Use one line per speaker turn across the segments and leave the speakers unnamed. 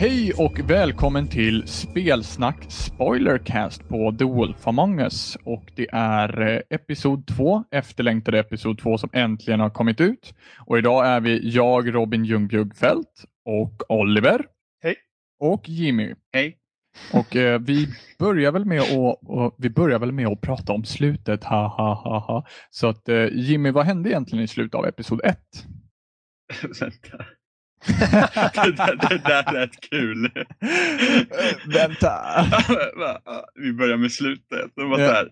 Hej och välkommen till Spelsnack Spoilercast på The Wolf Among Us. Och det är episod 2, efterlängtade episod 2 som äntligen har kommit ut. Och idag är vi jag, Robin Ljungbjugfält och Oliver.
Hej.
Och Jimmy.
Hej.
Och vi börjar väl med att prata om slutet. Ha. Så att Jimmy, vad hände egentligen i slutet av episod 1?
Vänta. det där lät kul.
Vänta.
Vi börjar med slutet. Det var där.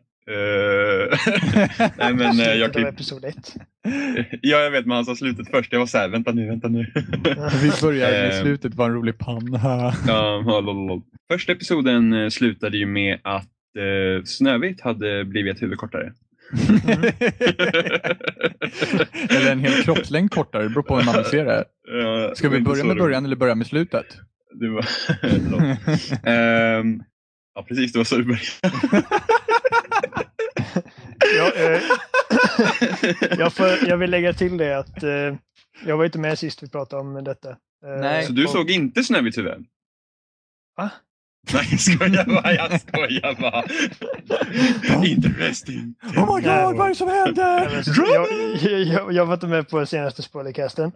Nej, men jag kan...
episod 1.
Ja, jag vet, men han sa slutet först. Jag var så här, vänta nu.
Vi börjar med slutet, var en rolig panna.
Första episoden slutade ju med att Snövit hade blivit ett huvud kortare.
Eller en hel kroppslängd kortare, det beror på hur man ser det. Ska vi börja med början eller börja med slutet?
Det var... ja, precis, det var så det började.
Jag vill lägga till det att jag var inte med sist vi pratade om detta.
Nej.
Så du såg inte Snövits huvud?
Va?
Nej, jag skojar bara. Interesting.
Oh my god, vad är det som händer?
Jag var inte med på senaste spoilercasten.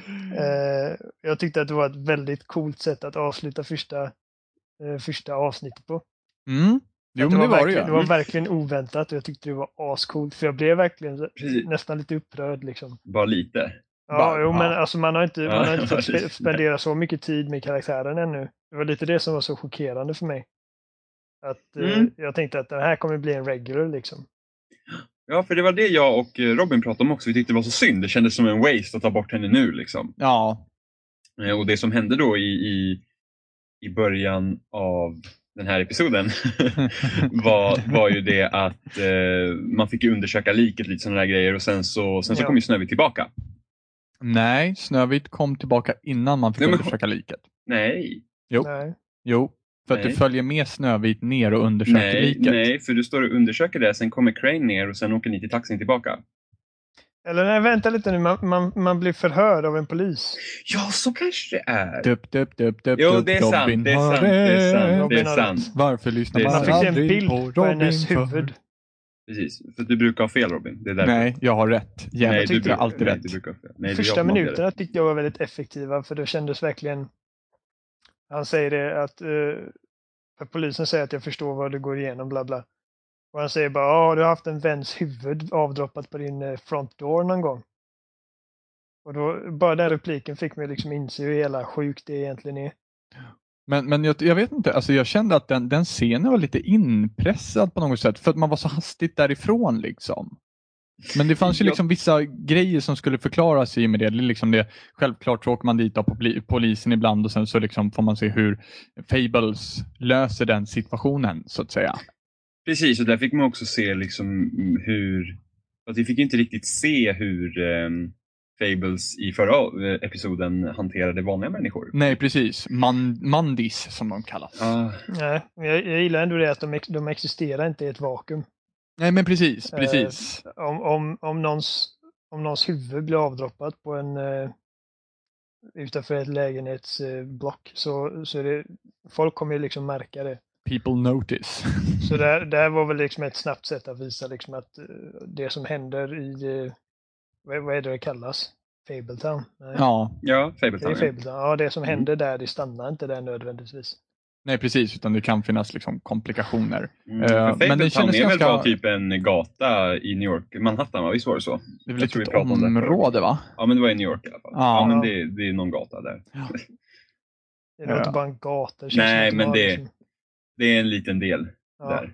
Jag tyckte att det var ett väldigt coolt sätt att avsluta första avsnittet på.
Jo, men det var det ju.
Det var verkligen oväntat och jag tyckte det var ascoolt. För jag blev verkligen nästan lite upprörd liksom.
Bara lite.
Ja, men alltså man har inte fått spendera så mycket tid med karaktären ännu. Det var lite det som var så chockerande för mig. Att jag tänkte att det här kommer bli en regular liksom.
Ja, för det var det jag och Robin pratade om också. Vi tyckte det var så synd. Det kändes som en waste att ta bort henne nu liksom.
Ja.
Och det som hände då i början av den här episoden var ju det att man fick undersöka liket, lite sådana där grejer. Och sen så kom ju Snövit tillbaka.
Nej, Snövit kom tillbaka innan man fick undersöka liket.
Nej.
Jo. För att du följer med Snövit ner och undersöker liket.
Nej, för du står och undersöker det, sen kommer Crane ner och sen åker ni till taxin tillbaka.
Eller nej, vänta lite nu, man blir förhörd av en polis.
Ja, så kanske det är.
Jo,
det är sant.
Varför lyssnar man
aldrig på Robin? Man fick en bild på hennes huvud.
Precis, för du brukar ha fel, Robin. Det är därför.
Nej, jag har rätt. Jag tyckte alltid rätt.
Första minuterna tyckte jag var väldigt effektiva, för det kändes verkligen... Han säger det att... För polisen säger att jag förstår vad du går igenom, bla bla. Och han säger bara, du har haft en väns huvud avdroppat på din front door någon gång. Och då, bara den repliken fick mig liksom inse hur hela sjukt det egentligen är.
Men jag vet inte, alltså jag kände att den scenen var lite inpressad på något sätt. För att man var så hastigt därifrån liksom. Men det fanns ju liksom vissa grejer som skulle förklaras i med det. Liksom det. Självklart så åker man dit av polisen ibland och sen så liksom får man se hur Fables löser den situationen så att säga.
Precis, och där fick man också se liksom hur... Alltså vi fick inte riktigt se hur Fables i förra episoden hanterade vanliga människor.
Nej, precis. Mandis som de kallas.
Nej, jag gillar ändå det att de existerar inte i ett vakuum.
Nej, men precis.
Om någons huvud blir avdroppat på en utanför ett lägenhetsblock så är det, folk kommer ju liksom märka det.
People notice. Så
det här var väl liksom ett snabbt sätt att visa liksom att det som händer i vad är det kallas? Fabletown? Nej.
Ja, Fabletown.
Det är Fabletown. Ja, det som händer där, det stannar inte där nödvändigtvis.
Nej, precis, utan det kan finnas liksom komplikationer.
Men det känns ganska... väl typ en gata i New York, Manhattan, va? Visst var det så?
Det är väl ett område, va?
Ja, men det var i New York i alla fall. Ja, men det är någon gata där.
Ja. Det är inte bara en gata.
Nej, men det är en liten del där.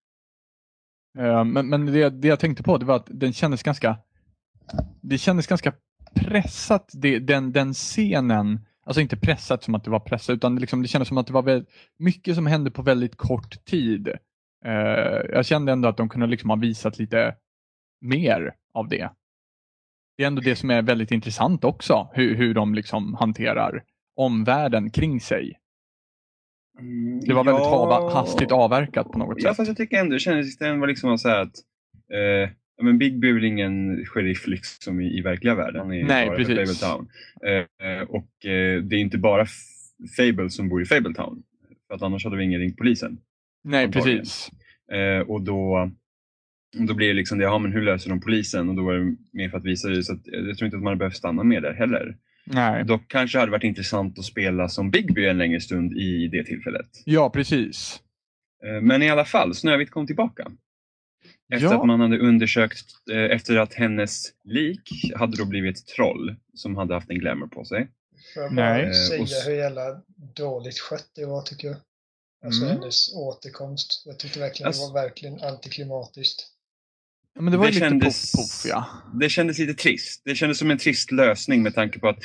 Men det jag tänkte på, det var att det kändes ganska pressat, den scenen. Alltså inte pressat som att det var pressat, utan det kändes som att det var väldigt mycket som hände på väldigt kort tid. Jag kände ändå att de kunde liksom ha visat lite mer av det. Det är ändå det som är väldigt intressant också, hur de liksom hanterar omvärlden kring sig. Det var väldigt hastigt avverkat på något sätt.
Ja, fast jag tycker ändå, det kändes det var liksom så här att men Big blir väl ingen sheriff liksom i verkliga världen. Han är
Nej,
bara
precis.
Och det är inte bara Fable som bor i Fabletown. För att annars hade vi ingen ringt polisen.
Nej,
antagligen.
precis.
Och då blir det liksom det, ja men hur löser de polisen? Och då var det mer för att visa det, så att jag tror inte att man behöver stanna med där heller.
Nej.
Dock kanske hade varit intressant att spela som Bigby en längre stund i det tillfället.
Ja, precis.
Men i alla fall, Snövit kom tillbaka. Efter att man hade undersökt, efter att hennes lik hade då blivit troll som hade haft en glamour på sig.
Får jag bara säga hur jävla dåligt skött det var, tycker jag. Alltså hennes återkomst. Jag tyckte verkligen det var verkligen antiklimatiskt.
Ja, men det var ju lite puff, ja.
Det kändes lite trist. Det kändes som en trist lösning med tanke på att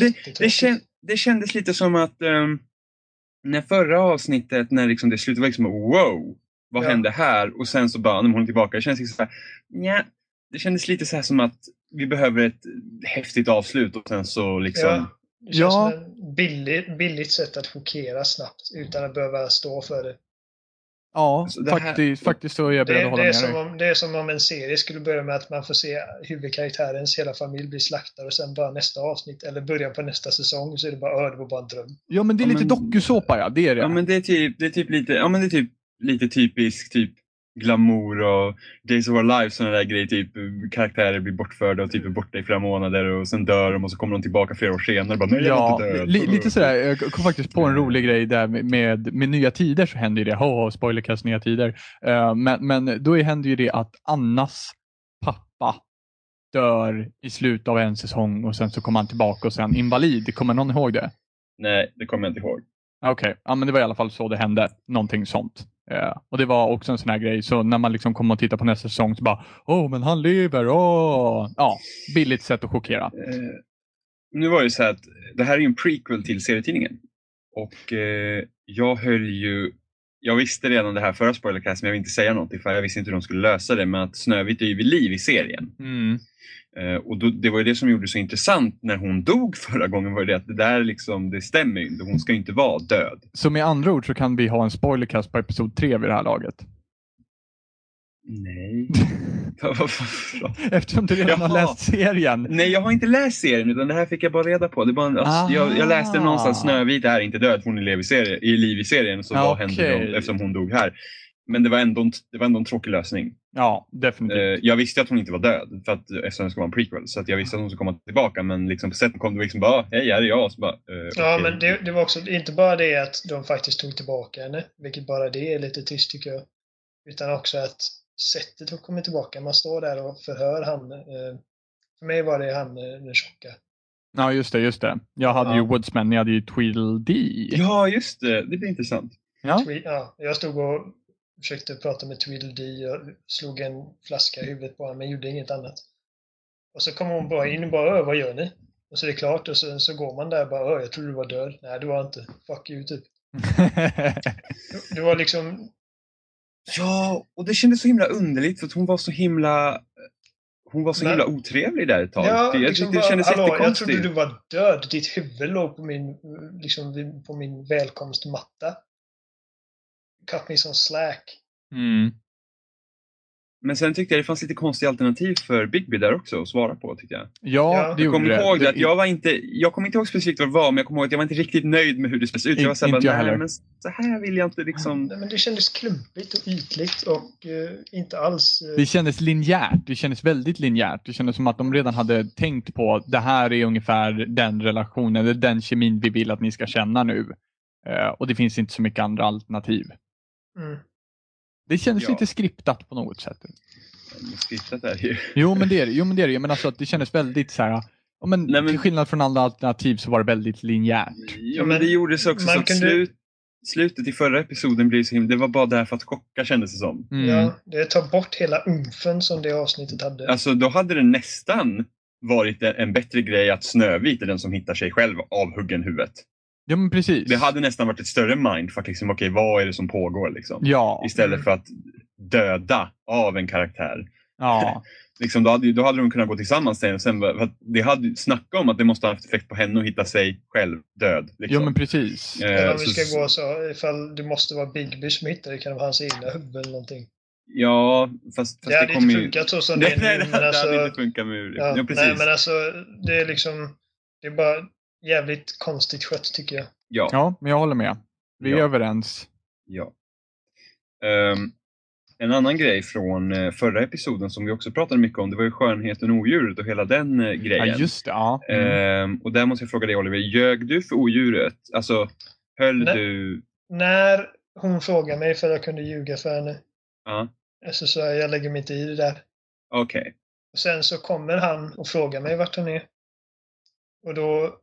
det kändes lite som att när förra avsnittet, när liksom det slutade, var liksom wow, vad hände här? Och sen så bara, när hon är tillbaka, det kändes liksom så här, nja, det kändes lite så här som att vi behöver ett häftigt avslut och sen så liksom...
Ja, det känns som ett billigt sätt att chockera snabbt utan att behöva stå för det.
Ja, faktiskt så är jag beredd att hålla med dig.
Det är som om en serie skulle börja med att man får se huvudkaraktärens hela familj bli slaktad och sen bara nästa avsnitt eller början på nästa säsong så är det bara det var bara en dröm.
Ja, men det är lite dokusåpa, ja, det är det.
Ja, men det är typ lite, ja men det är typ lite typisk typ glamour och Days of Our Lives, sådana där grejer, typ karaktärer blir bortförda och typ är borta i flera månader och sen dör de och så kommer de tillbaka flera år senare bara, nej, jag är inte död.
Lite sådär, jag kom faktiskt på en rolig grej där med Nya Tider, så händer ju det, spoilercast Nya Tider, men då händer ju det att Annas pappa dör i slutet av en säsong och sen så kommer han tillbaka och sen invalid. Kommer någon ihåg det?
Nej, det kommer jag inte ihåg.
Okej, ja, men det var i alla fall så det hände, någonting sånt. Och det var också en sån här grej, så när man liksom kommer och tittar på nästa säsong så bara, men han lever, ja, billigt sätt att chockera.
Nu var det så här att det här är en prequel till serietidningen och jag visste redan det här förra spoilercast, men jag vill inte säga någonting för jag visste inte hur de skulle lösa det, med att Snövit är ju vid liv i serien. Och det var ju det som gjorde det så intressant när hon dog förra gången, var det att det där liksom, det stämmer ju inte, hon ska inte vara död.
Så med andra ord så kan vi ha en spoilercast på episod 3 vid det här laget?
Nej.
Eftersom du redan har läst serien.
Nej, jag har inte läst serien utan det här fick jag bara reda på. Det bara, jag läste någonstans Snövit är inte död, hon är i liv i serien, så vad hände då, eftersom hon dog här. Men det var ändå en tråkig lösning.
Ja, definitivt.
Jag visste att hon inte var död för att, eftersom det ska vara en prequel. Så att jag visste att hon skulle komma tillbaka. Men liksom på sättet kom det liksom bara, hej, här är jag. Så bara,
ja, men det var också inte bara det att de faktiskt tog tillbaka henne. Vilket bara det är lite tyst, tycker jag. Utan också att sättet att komma tillbaka. Man står där och förhör han. För mig var det han den tjocka.
Ja, just det. Jag hade ju Woodsman, jag hade ju Tweedledee.
Ja, just det. Det blir intressant.
Ja.
Jag stod och försökte prata med Tweedledee och slog en flaska i huvudet på honom, men gjorde inget annat. Och så kom hon bara in och bara, vad gör ni? Och så är det klart, och så går man där och bara, jag trodde du var död. Nej, du var inte. Fuck you, typ. Det var liksom...
Ja, och det kändes så himla underligt för att hon var så himla otrevlig där ett tag.
Ja,
det kändes jättekonstigt.
Jag trodde du var död. Ditt huvud låg på min välkomstmatta. Cut me some slack.
Men sen tyckte jag det fanns lite konstiga alternativ för Bigby där också att svara på, tyckte jag.
Ja, det gjorde det.
Jag kommer ihåg att jag kommer inte ihåg specifikt vad det var, men jag kommer ihåg att jag var inte riktigt nöjd med hur det såg ut. Jag var så här, men så här vill jag inte liksom...
Nej, men det kändes klumpigt och ytligt och inte alls...
Det kändes linjärt. Det kändes väldigt linjärt. Det kändes som att de redan hade tänkt på det här är ungefär den relationen, eller den kemin vi vill att ni ska känna nu. Och det finns inte så mycket andra alternativ. Det känns lite skriptat på något sätt.
Skriptat är ju.
Jo, men det är det. Men alltså att det kändes väldigt så här. Men till skillnad från andra alternativ så var det väldigt linjärt.
Ja, men det gjordes också så att slutet i förra episoden blev så himla. Det var bara därför att chocka, kändes det som.
Ja, det tar bort hela umfen som det avsnittet hade.
Alltså då hade det nästan varit en bättre grej att Snövit är den som hittar sig själv avhuggen huvudet.
Ja, men precis.
Det hade nästan varit ett större mind för att liksom, okej, vad är det som pågår liksom?
Ja.
Istället för att döda av en karaktär.
Ja.
Liksom, då hade de kunnat gå tillsammans sen. För det hade snackat om att det måste ha haft effekt på henne att hitta sig själv död. Liksom.
Ja, men precis.
Om vi ska gå så, ifall det måste vara Bigby som hittar det, kan det vara hans egna huvud eller någonting.
Ja, fast
det hade inte funkat så som det är nu.
Nej, det hade inte funkat med
ja, precis. Nej, men alltså, det är liksom, det är bara jävligt konstigt skött, tycker jag.
Ja, men jag håller med. Vi är överens.
Ja. En annan grej från förra episoden som vi också pratade mycket om, det var ju skönheten och odjuret och hela den grejen.
Ja, just det. Ja.
Och där måste jag fråga dig, Oliver, ljög du för odjuret? Alltså, höll du...
När hon frågade mig för att jag kunde ljuga för henne.
Ja.
Så sa jag lägger mig inte i det där.
Okej.
Och sen så kommer han och frågar mig vart han är. Och då...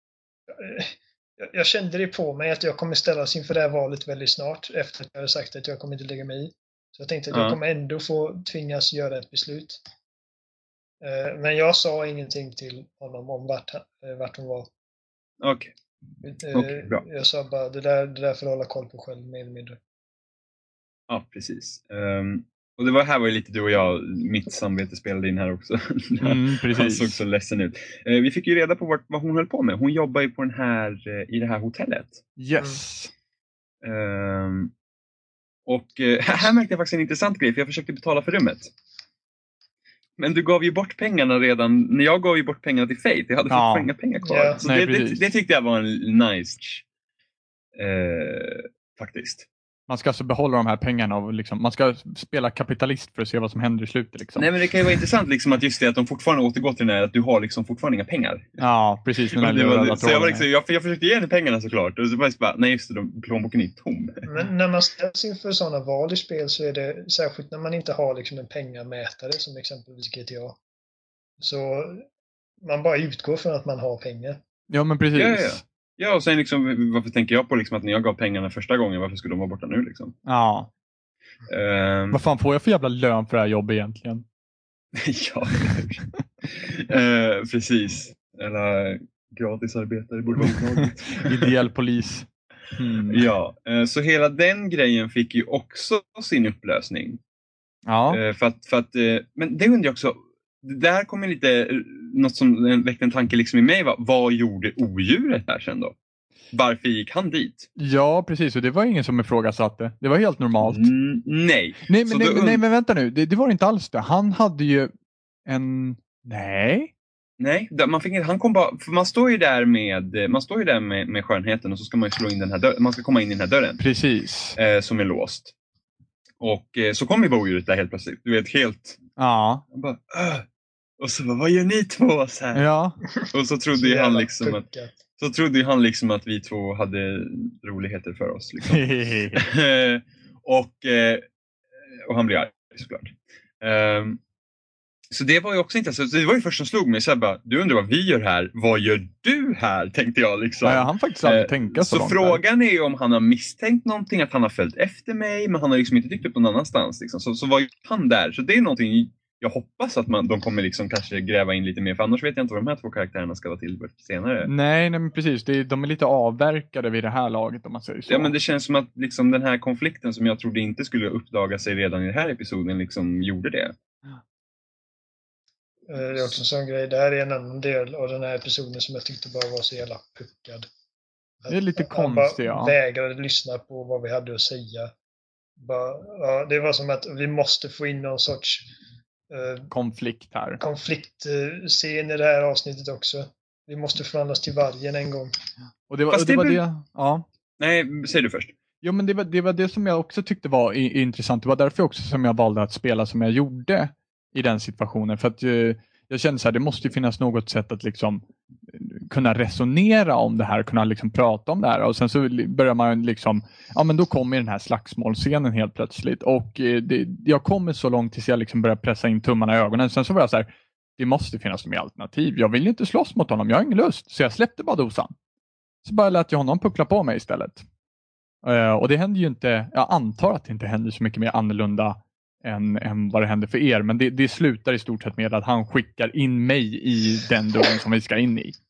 Jag kände det på mig att jag kommer ställas inför det här valet väldigt snart. Efter att jag hade sagt att jag kommer inte lägga mig i. Så jag tänkte att jag kommer ändå få tvingas göra ett beslut. Men jag sa ingenting till honom om vart hon var.
Okej, bra.
Jag sa bara, det där får jag hålla koll på själv, mer eller mindre.
Ja, precis. Och det här var ju lite du och jag, mitt samvete spelade in här också.
Precis.
Han såg så ledsen ut. Vi fick ju reda på vad hon höll på med. Hon jobbar ju på i det här hotellet.
Yes.
Och här märkte jag faktiskt en intressant grej, för jag försökte betala för rummet. Men du gav ju bort pengarna redan, när jag gav ju bort pengarna till Faith. Jag hade fortfarande inga pengar kvar.
Ja.
Så
Nej,
det tyckte jag var en nice faktiskt.
Man ska alltså behålla de här pengarna och liksom, man ska spela kapitalist för att se vad som händer i slutet. Liksom.
Nej, men det kan ju vara intressant liksom, att just det att de fortfarande återgår till den här, att du har liksom fortfarande inga pengar.
Ja, precis.
Så jag försökte ge henne pengarna såklart. Och så bara, nej just det, plånboken är tom.
Men när man ställs inför sådana val i spel så är det särskilt när man inte har liksom en pengamätare som exempelvis GTA. Så man bara utgår från att man har pengar.
Ja, men precis.
Ja, och sen liksom, varför tänker jag på liksom att när jag gav pengarna första gången, varför skulle de vara borta nu liksom?
Ja. Vad fan får jag för jävla lön för det här jobbet egentligen?
Ja, precis. Eller gratisarbetare borde vara olagligt.
Ideell polis.
Ja, så hela den grejen fick ju också sin upplösning.
Ja.
För att, men det undrar jag också, där kommer lite något som väckte en tanke liksom i mig. Vad gjorde odjuret där sen då? Varför gick han dit?
Ja, precis. Och det var ingen som ifrågasatte. Det var helt normalt.
Nej.
Nej, men vänta nu. Det var inte alls det. Han hade ju Nej,
man fick inte, han kom bara, för man står ju där med skönheten och så ska man ju slå in den här dörren. Man ska komma in i den här dörren.
Precis.
Som är låst. Och så kom ju odjuret där helt plötsligt. Du vet, helt...
Ja.
Bara, och så bara, vad gör ni två så här?
Ja.
Och så trodde ju han liksom att vi två hade roligheter för oss. Liksom. och han blir arg såklart. Så det var ju också intressant. Det var ju först som slog mig så här bara, du undrar vad vi gör här. Vad gör du här, tänkte jag liksom.
Ja, han faktiskt aldrig tänka så långt.
Så frågan är ju om han har misstänkt någonting, att han har följt efter mig, men han har liksom inte dykt upp någon annanstans liksom. Så var ju han där. Så det är någonting jag hoppas att de kommer liksom kanske gräva in lite mer, för annars vet jag inte vad de här två karaktärerna ska vara till senare.
Nej, men precis. De är lite avverkade vid det här laget, om man säger så.
Ja, men det känns som att liksom den här konflikten som jag trodde inte skulle uppdaga sig redan i den här episoden liksom gjorde det.
Det är också en sån grej. Det här är en annan del av den här episoden som jag tyckte bara var så jävla puckad.
Det är lite konstigt, ja.
Vägrade lyssna på vad vi hade att säga. Det var som att vi måste få in någon sorts
konflikt här.
Konfliktscen i det här avsnittet också. Vi måste förvandlas till vargen en gång.
Och det var det. Ja.
Nej, säg du först.
Jo, men det var det som jag också tyckte var intressant. Det var därför också som jag valde att spela som jag gjorde i den situationen. För att jag kände så här, det måste ju finnas något sätt att liksom kunna resonera om det här, kunna liksom prata om det här. Och sen så börjar man liksom, ja men då kommer den här slagsmålscenen helt plötsligt. Och jag kommer så långt tills jag liksom börjar pressa in tummarna i ögonen. Sen så var jag så här, det måste finnas mer alternativ. Jag vill inte slåss mot honom, jag har ingen lust. Så jag släppte bara dosan. Så bara lät jag honom puckla på mig istället. Och det hände ju inte, jag antar att det inte hände så mycket mer annorlunda än vad det hände för er. Men det slutar i stort sett med att han skickar in mig i den dörren som vi ska in i.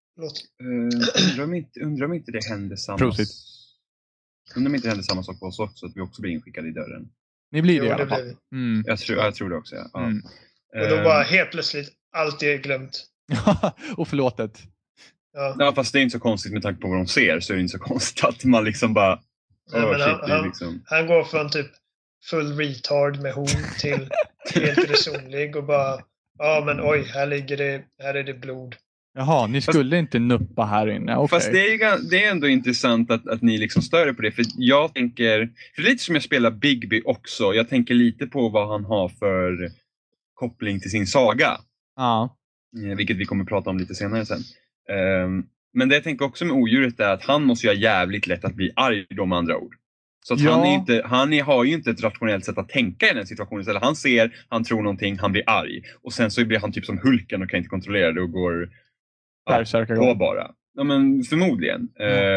Undrar om inte det hände samma Undrar om inte det hände samma sak på oss också, att vi också blir inskickade i dörren.
Ni blir det i alla fall.
Jag tror det också, ja.
Och då bara helt plötsligt, allt är glömt.
Och förlåtet.
Ja, fast det är inte så konstigt med tanke på vad de ser, så är det inte så konstigt att man liksom bara...
Han går från typ full retard med hon till helt resonlig och bara, ja men oj, här är det blod.
Jaha, ni skulle inte nuppa här inne. Okay.
Fast det är ändå intressant att ni liksom stör er på det. För jag tänker, för det är lite som jag spelar Bigby också. Jag tänker lite på vad han har för koppling till sin saga.
Ja.
Vilket vi kommer att prata om lite senare sen. Men det jag tänker också med odjuret är att han måste ju ha jävligt lätt att bli arg då med andra ord. Så att han har ju inte ett rationellt sätt att tänka i den situationen. Eller han tror någonting, han blir arg. Och sen så blir han typ som Hulken och kan inte kontrollera det och går på bara. Ja, men förmodligen.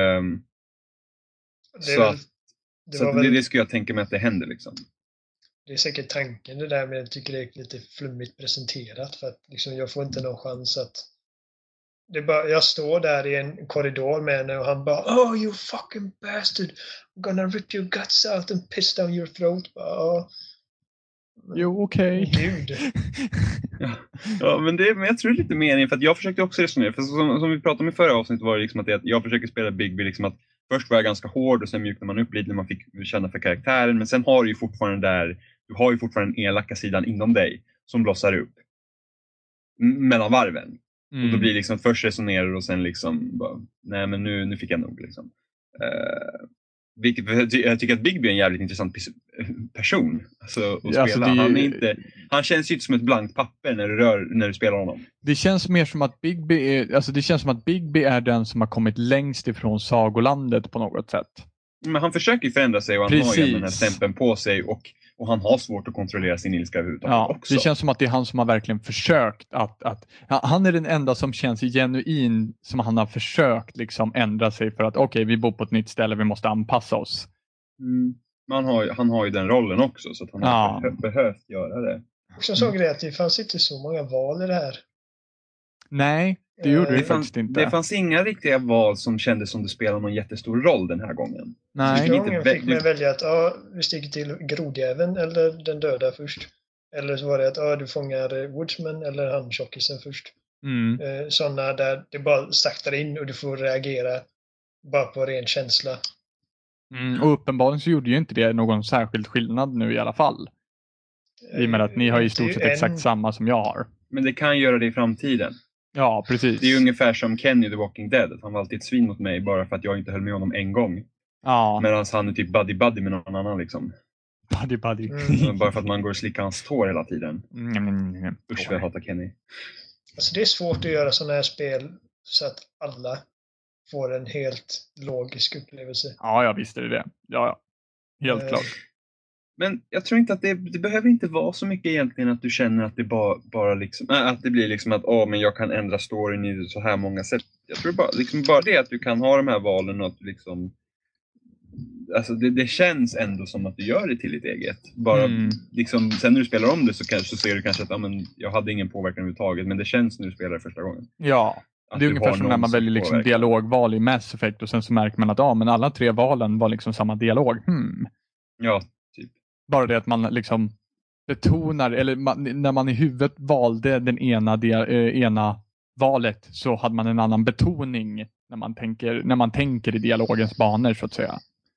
Det skulle jag tänka mig att det händer liksom.
Det är säkert tanken det där, men jag tycker det är lite flummigt presenterat. För att liksom, jag får inte någon chans att... jag står där i en korridor med henne och han bara "Oh, you fucking bastard! I'm gonna rip your guts out and piss down your throat."
Jo, okej.
Gud.
Ja, men jag tror det är lite meningen, för att jag försökte också resonera. För som vi pratade om i förra avsnittet var det liksom att jag försöker spela Bigby liksom att först var jag ganska hård och sen mjuknar man upp lite när man fick känna för karaktären. Men sen har du ju fortfarande den elaka sidan inom dig som blossar upp mellan varven. Och då blir det liksom att först resonerar och sen liksom bara, nej men nu fick jag nog liksom. Jag tycker att Bigby är en jävligt intressant person alltså, att spela. Han känns ju inte som ett blankt papper när du spelar honom.
Det känns mer som att Bigby är den som har kommit längst ifrån sagolandet på något sätt. Men
han försöker ju förändra sig och han har ju den här stämpeln på sig och han har svårt att kontrollera sin ilska överhuvudtaget också.
Det känns som att det är han som har verkligen försökt att han är den enda som känns genuin som han har försökt liksom ändra sig för att okej, vi bor på ett nytt ställe, vi måste anpassa oss.
Han har ju den rollen också så att han har behövt göra det.
Och så såg det att det fanns inte så många val i det här.
Nej, det gjorde det faktiskt inte.
Det fanns inga riktiga val som kändes som det spelade någon jättestor roll den här gången.
Nej. Jag fick mig välja att vi sticker till grodjäveln eller den döda först. Eller så var det att du fångar Woodsman eller han tjockisen först. Sådana där det bara saktar in och du får reagera bara på ren känsla.
Och uppenbarligen så gjorde ju inte det någon särskild skillnad nu i alla fall. I och med att ni har i stort sett exakt samma som jag har.
Men det kan göra det i framtiden.
Ja, precis.
Det är ungefär som Kenny The Walking Dead. Han var alltid ett svin mot mig bara för att jag inte höll med honom en gång.
Ja.
Medan han är typ buddy med någon annan liksom.
Buddy.
Bara för att man går och slickar hans tår hela tiden. Usch, jag hatar Kenny.
Alltså det är svårt att göra sådana här spel så att alla får en helt logisk upplevelse.
Ja, visst är det. Ja. Helt klart.
Men jag tror inte att det behöver inte vara så mycket egentligen att du känner att det bara liksom, att det blir liksom att men jag kan ändra storyn i så här många sätt. Jag tror bara det att du kan ha de här valen och att du liksom alltså det känns ändå som att du gör det till ditt eget. Bara liksom, sen när du spelar om det så ser du kanske att jag hade ingen påverkan överhuvudtaget, men det känns när du spelar det första gången.
Ja. Det är ungefär som när man väljer liksom dialogval i Mass Effect och sen så märker man att men alla 3 valen var liksom samma dialog.
Ja, typ.
Bara det att man liksom betonar, eller när man i huvudet valde den ena valet så hade man en annan betoning när man tänker i dialogens banor så att säga.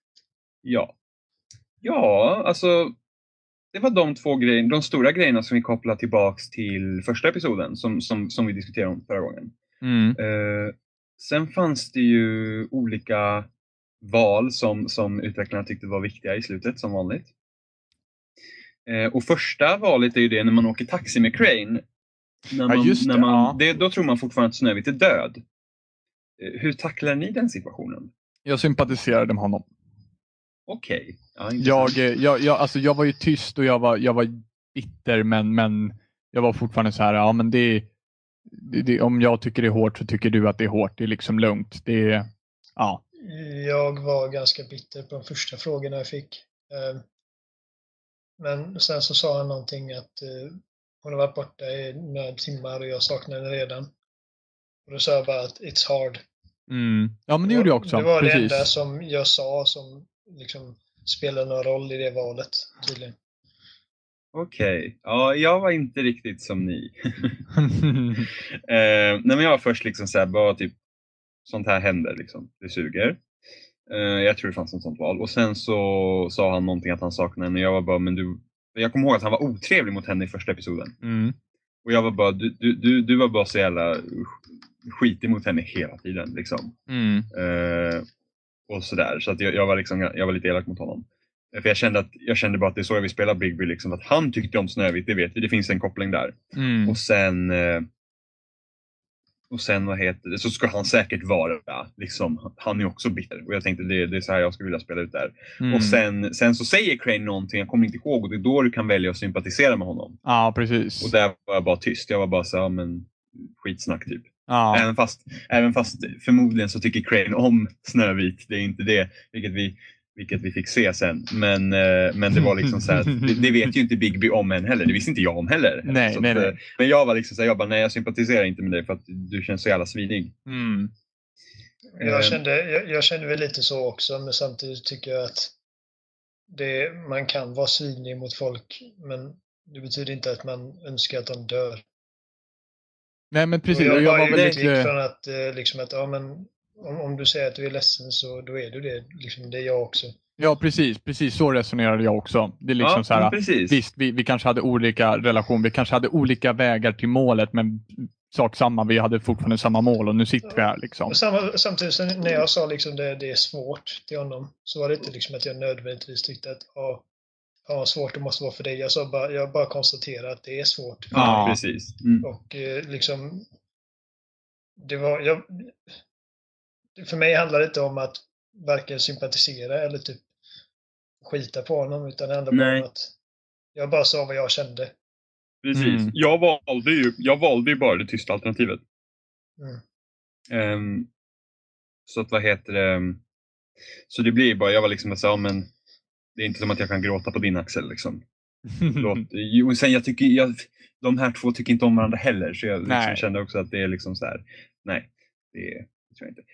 Ja, alltså det var de stora grejerna som vi kopplade tillbaks till första episoden som vi diskuterade om förra gången. Sen fanns det ju olika val som utvecklarna tyckte var viktiga i slutet som vanligt. Och första valet är ju det när man åker taxi med Crane. Då tror man fortfarande att Snövit är död. Hur tacklar ni den situationen?
Jag sympatiserade med honom.
Okej.
Jag var ju tyst och jag var bitter men jag var fortfarande så här, men det om jag tycker det är hårt så tycker du att det är hårt. Det är liksom lugnt.
Jag var ganska bitter på de första frågorna jag fick. Men sen så sa han någonting att hon har varit borta i några timmar och jag saknar henne redan. Och då sa jag bara att it's hard.
Ja, men det gjorde jag också.
Det var det enda som jag sa som liksom spelade någon roll i det valet tydligen.
Okej. Ja, jag var inte riktigt som ni. Nej, men jag var först liksom så här, bara typ sånt här händer liksom. Det suger. Jag tror det fanns ett sånt val. Och sen så sa han någonting att han saknade henne. Och jag var bara, jag kommer ihåg att han var otrevlig mot henne i första episoden. Och jag var bara, du var bara så jävla skitig mot henne hela tiden liksom. Och sådär, så att jag var lite elak mot honom. För jag kände bara att det är så jag vill spela Bigby liksom, att han tyckte om Snövit, det vet vi, det finns en koppling där. Och sen vad heter det, så ska han säkert vara liksom, han är också bitter, och jag tänkte det är så här jag skulle vilja spela ut där. Och sen så säger Crane någonting, jag kommer inte ihåg, och det är då du kan välja att sympatisera med honom.
Ja, precis.
Och där var jag bara tyst, jag var bara så här, men skitsnack typ.
Ja.
Även fast förmodligen så tycker Crane om Snövit, det är inte det, vilket vi fick se sen. Men det var liksom så här, det vet ju inte Bigby om än heller. Det visste inte jag om heller.
Nej.
Men jag var liksom så här, nej, jag sympatiserar inte med dig för att du känns så jävla svidig.
Jag kände väl lite så också, men samtidigt tycker jag att man kan vara svinig mot folk, men det betyder inte att man önskar att de dör.
Nej, men precis.
Och jag var väldigt lik från att liksom att ja, men om du säger att du är ledsen, så då är du det. Liksom, det är jag också.
Ja, precis så resonerade jag också. Det är liksom så här, visst, vi kanske hade olika relationer, vi kanske hade olika vägar till målet, men sak samma, vi hade fortfarande samma mål, och nu sitter vi här liksom. Och
samtidigt när jag sa liksom det är svårt till honom, så var det inte liksom att jag nödvändigtvis tyckte att svårt det måste vara för dig. Jag bara konstaterar att det är svårt.
Ja, precis.
Och liksom för mig handlar det inte om att varken sympatisera eller typ skita på honom, utan det handlar bara om att jag bara sa vad jag kände.
Precis. Jag valde ju bara det tysta alternativet. Så att vad heter det? Så det blir bara, jag var liksom så, men det är inte som att jag kan gråta på din axel liksom. Och sen de här två tycker inte om varandra heller, så jag liksom kände också att det är liksom så här, nej, det tror jag inte.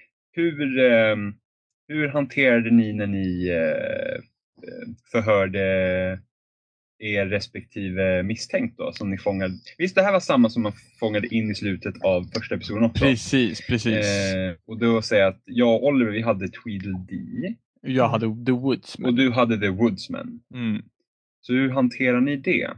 Hur hanterade ni när ni förhörde er respektive misstänkt då, som ni fångade? Visst, det här var samma som man fångade in i slutet av första episoden också.
Precis.
Och då säger jag att jag och Oliver, vi hade Tweedledee.
Jag hade The Woodsman.
Och du hade The Woodsman. Så hur hanterar ni det?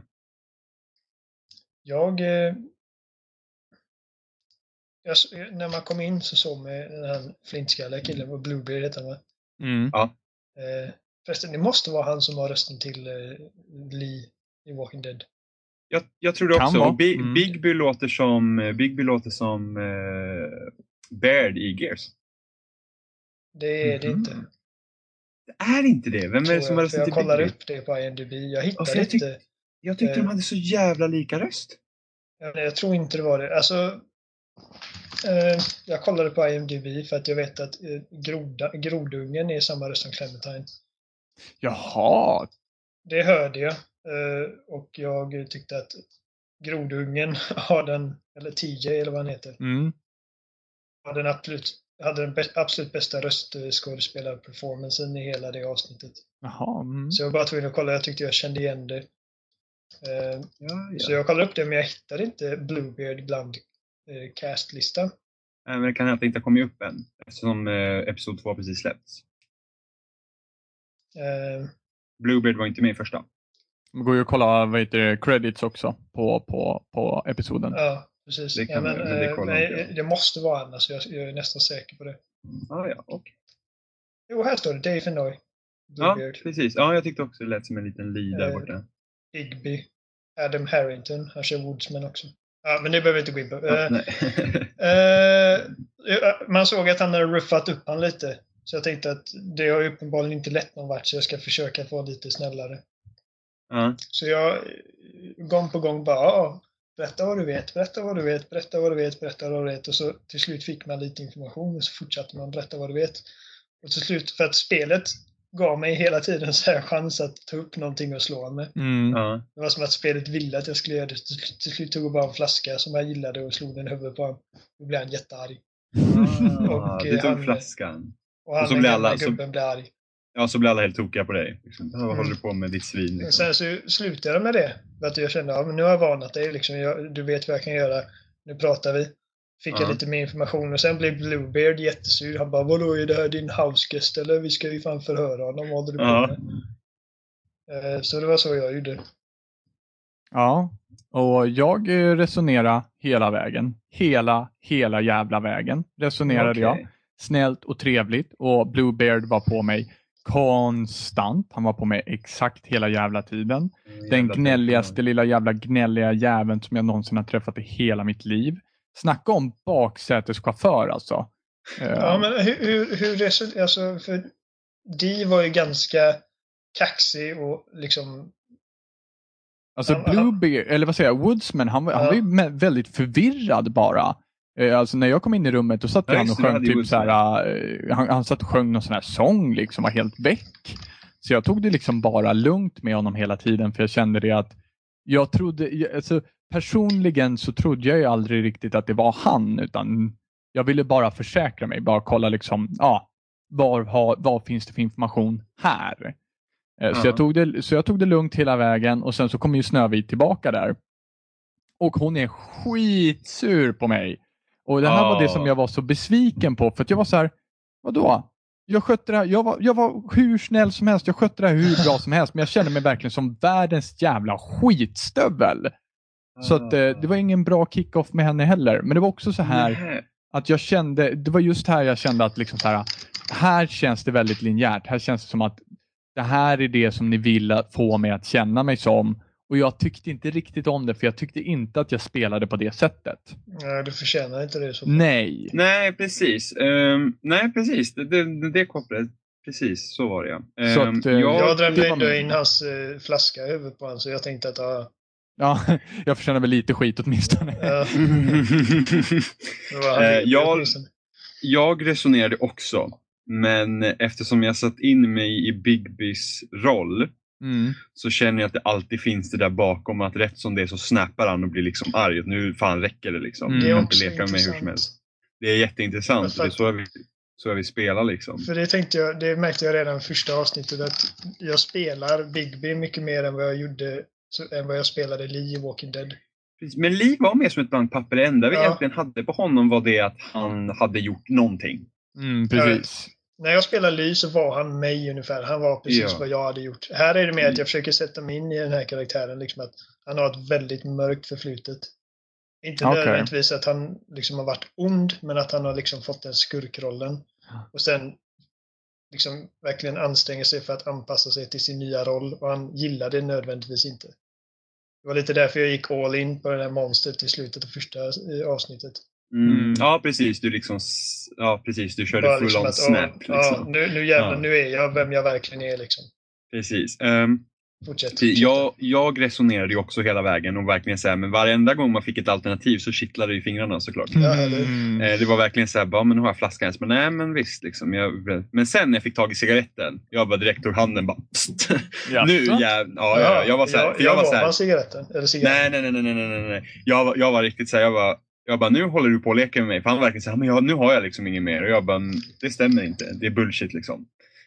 När man kom in så såg med den här flintskalliga killen, och Bluebeard heter han, va?
Ja.
Förresten, det måste vara han som har rösten till Lee i Walking Dead.
Jag tror det också. Och Bigby låter som Baird i Gears.
Det är det inte.
Det är inte det? Vem är det som har rösten till Bigby?
Jag kollar upp det på IMDb. Jag hittade inte.
Jag tyckte de hade så jävla lika röst.
Jag tror inte det var det. Alltså, jag kollade på IMDb för att jag vet att grodungen är samma röst som Clementine.
Jaha.
Det hörde jag. Och jag tyckte att grodungen har den, eller TJ eller vad han heter, hade den absolut bästa röstskådespelarperformancen i hela det avsnittet.
Jaha.
Så jag var bara tvungen att kolla, jag tyckte jag kände igen det. Så jag kollade upp det, men jag hittade inte Bluebeard bland castlistan.
Men det kan hända att det inte har kommit upp än, eftersom episod 2 precis släppts. Bluebeard var inte med i första.
Man går ju och kollar credits också på episoden.
Ja, precis. Det måste vara annars, jag är nästan säker på det.
Ja, okej.
Jo, här står det Dave Fennoy.
Bluebeard. Ja, precis. Ja, jag tyckte också det lät som en liten Lee där borta.
Bigby. Adam Harrington. Han kör Woodsman också. Ja, men det behöver vi inte gå in på. Man såg att han hade ruffat upp han lite. Så jag tänkte att det har uppenbarligen inte lett någon vart, så jag ska försöka få lite snällare. Så jag gång på gång bara berätta vad du vet. Och så till slut fick man lite information, och så fortsatte man berätta vad du vet. Och till slut, för att spelet gav mig hela tiden så här chans att ta upp någonting och slå med. Det var som att spelet ville att jag skulle göra det. Till slut tog jag bara en flaska som jag gillade och slog den i huvudet på honom. Då blev han jättearg.
Du tog flaskan.
Och så blev alla gubben blev arg.
Ja, så blev alla helt tokiga på dig. Liksom. Vad håller du på med ditt svin? Liksom.
Sen så slutade jag med det. För att jag kände, men nu har jag varnat dig. Liksom. Du vet vad jag kan göra. Nu pratar vi. Fick jag lite mer information. Och sen blev Bluebeard jättesur. Han bara, vadå, är det här din houseguest? Eller vi ska ju fan förhöra honom. Vad håller du på med? Så det var så jag gjorde.
Ja, och jag resonerar hela vägen. Hela jävla vägen resonerade jag. Snällt och trevligt. Och Bluebeard var på mig konstant. Han var på mig exakt hela jävla tiden. Den gnälligaste lilla jävla gnälliga jäveln som jag någonsin har träffat i hela mitt liv. Snacka om baksäteschaufför alltså.
Ja, men hur alltså, för Dee var ju ganska kaxig och liksom...
Alltså Bluebeard, eller vad säger jag, Woodsman, han var ju väldigt förvirrad bara. Alltså när jag kom in i rummet då satt han och sjöng typ så här, han satt och sjöng någon sån här sång liksom, var helt väck. Så jag tog det liksom bara lugnt med honom hela tiden, för jag kände det att jag trodde, alltså personligen så trodde jag ju aldrig riktigt att det var han, utan jag ville bara försäkra mig, bara kolla liksom, vad finns det för information här? Så jag tog det lugnt hela vägen, och sen så kom ju Snövit tillbaka där. Och hon är skitsur på mig. Och det här var det som jag var så besviken på, för att jag var så här, vadå? Jag skötte det här, jag var hur snäll som helst, jag skötte det här hur bra som helst, men jag kände mig verkligen som världens jävla skitstövel. Så att det var ingen bra kick-off med henne heller. Men det var också så här att jag kände, det var just här jag kände att liksom så här känns det väldigt linjärt. Här känns det som att det här är det som ni vill få mig att känna mig som. Och jag tyckte inte riktigt om det, för jag tyckte inte att jag spelade på det sättet.
Nej, du förtjänar inte det så.
Nej.
Nej, precis. Nej, precis. Det kopplade. Precis, så var det ja.
Så att, jag drämde ändå in hans flaska i huvudet på honom, så jag tänkte att...
Ja, jag förtjänar väl lite skit åtminstone.
Jag resonerade också. Men eftersom jag satt in mig i Bigbys roll så känner jag att det alltid finns det där bakom, att rätt som det är så snappar han och blir liksom arg. Och nu fan räcker det liksom.
Det är
kan
också
inte leka med hur som helst. Det är jätteintressant.
För
det är så jag vill spela liksom.
För det märkte jag redan i första avsnittet, att jag spelar Bigby mycket mer än vad jag spelade Lee i Walking Dead.
Men Lee var mer som ett blankt papper. Det enda vi egentligen hade på honom var det att han hade gjort någonting.
Precis.
När jag spelade Lee så var han mig ungefär. Han var precis vad jag hade gjort. Här är det mer att jag försöker sätta mig in i den här karaktären. Liksom att han har ett väldigt mörkt förflutet. Inte nödvändigtvis att han liksom har varit ond, men att han har liksom fått den skurkrollen. Och sen liksom verkligen anstränger sig för att anpassa sig till sin nya roll. Och han gillar det nödvändigtvis inte. Det var lite därför jag gick all in på den här monstret i slutet av första avsnittet.
Ja, precis. Du liksom, du körde full liksom on snap. Liksom.
Ja, nu jävlar, nu är jag vem jag verkligen är liksom.
Precis.
Fortsätt.
Jag resonerade ju också hela vägen och verkligen så här, men varenda gång man fick ett alternativ så kittlade det i fingrarna såklart. Det var verkligen så här, men nu har jag flaskan. Men nej, men visst liksom. Men sen när jag fick tag i cigaretten, jag bara direkt tog handen bara. Nu jag var så här, för jag var så här.
Cigaretten eller cigaretten.
Nej. Jag var riktigt så här, jag bara, nu håller du på att leka med mig. För han var verkligen så här, men nu har jag liksom inget mer. Och jag bara, det stämmer inte. Det är bullshit liksom.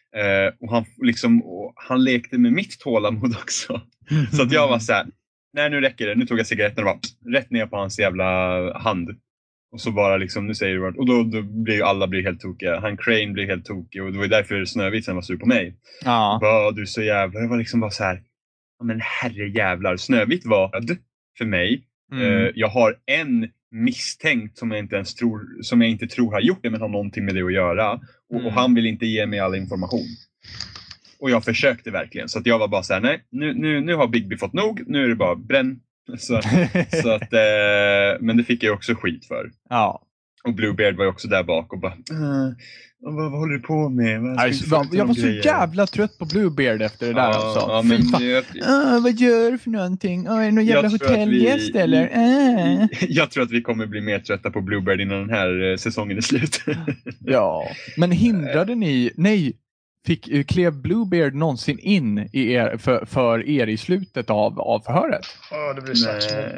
Och han lekte med mitt tålamod också. Så att jag var så här, nej nu räcker det. Nu tog jag cigaretten och bara rätt ner på hans jävla hand. Och så bara liksom, nu säger du vad. Och då blir ju alla helt tokiga. Han Crane blir helt tokig. Och det var ju därför Snövit var sur på mig.
Ja.
Bara, du är så jävla. Jag var liksom bara så här, men herre jävlar. Snövit var för mig. Jag har en misstänkt som jag inte tror har gjort det, men har någonting med det att göra. Och han vill inte ge mig all information. Och jag försökte verkligen. Så att jag var bara så här, nej, nu har Bigby fått nog. Nu är det bara bränn. Så att, men det fick jag också skit för.
Ja.
Och Bluebeard var ju också där bak och bara, vad håller du på med?
Jag var så jävla trött på Bluebeard efter det där alltså. Ja, men vad gör du för någonting? Är det någon jävla hotellgäst eller?
Jag tror att vi kommer bli mer trötta på Bluebeard innan den här säsongen är slut.
Ja, men hindrade ni? Nej, klev Bluebeard någonsin in i för er i slutet av förhöret?
Ja, det blir slagsmål.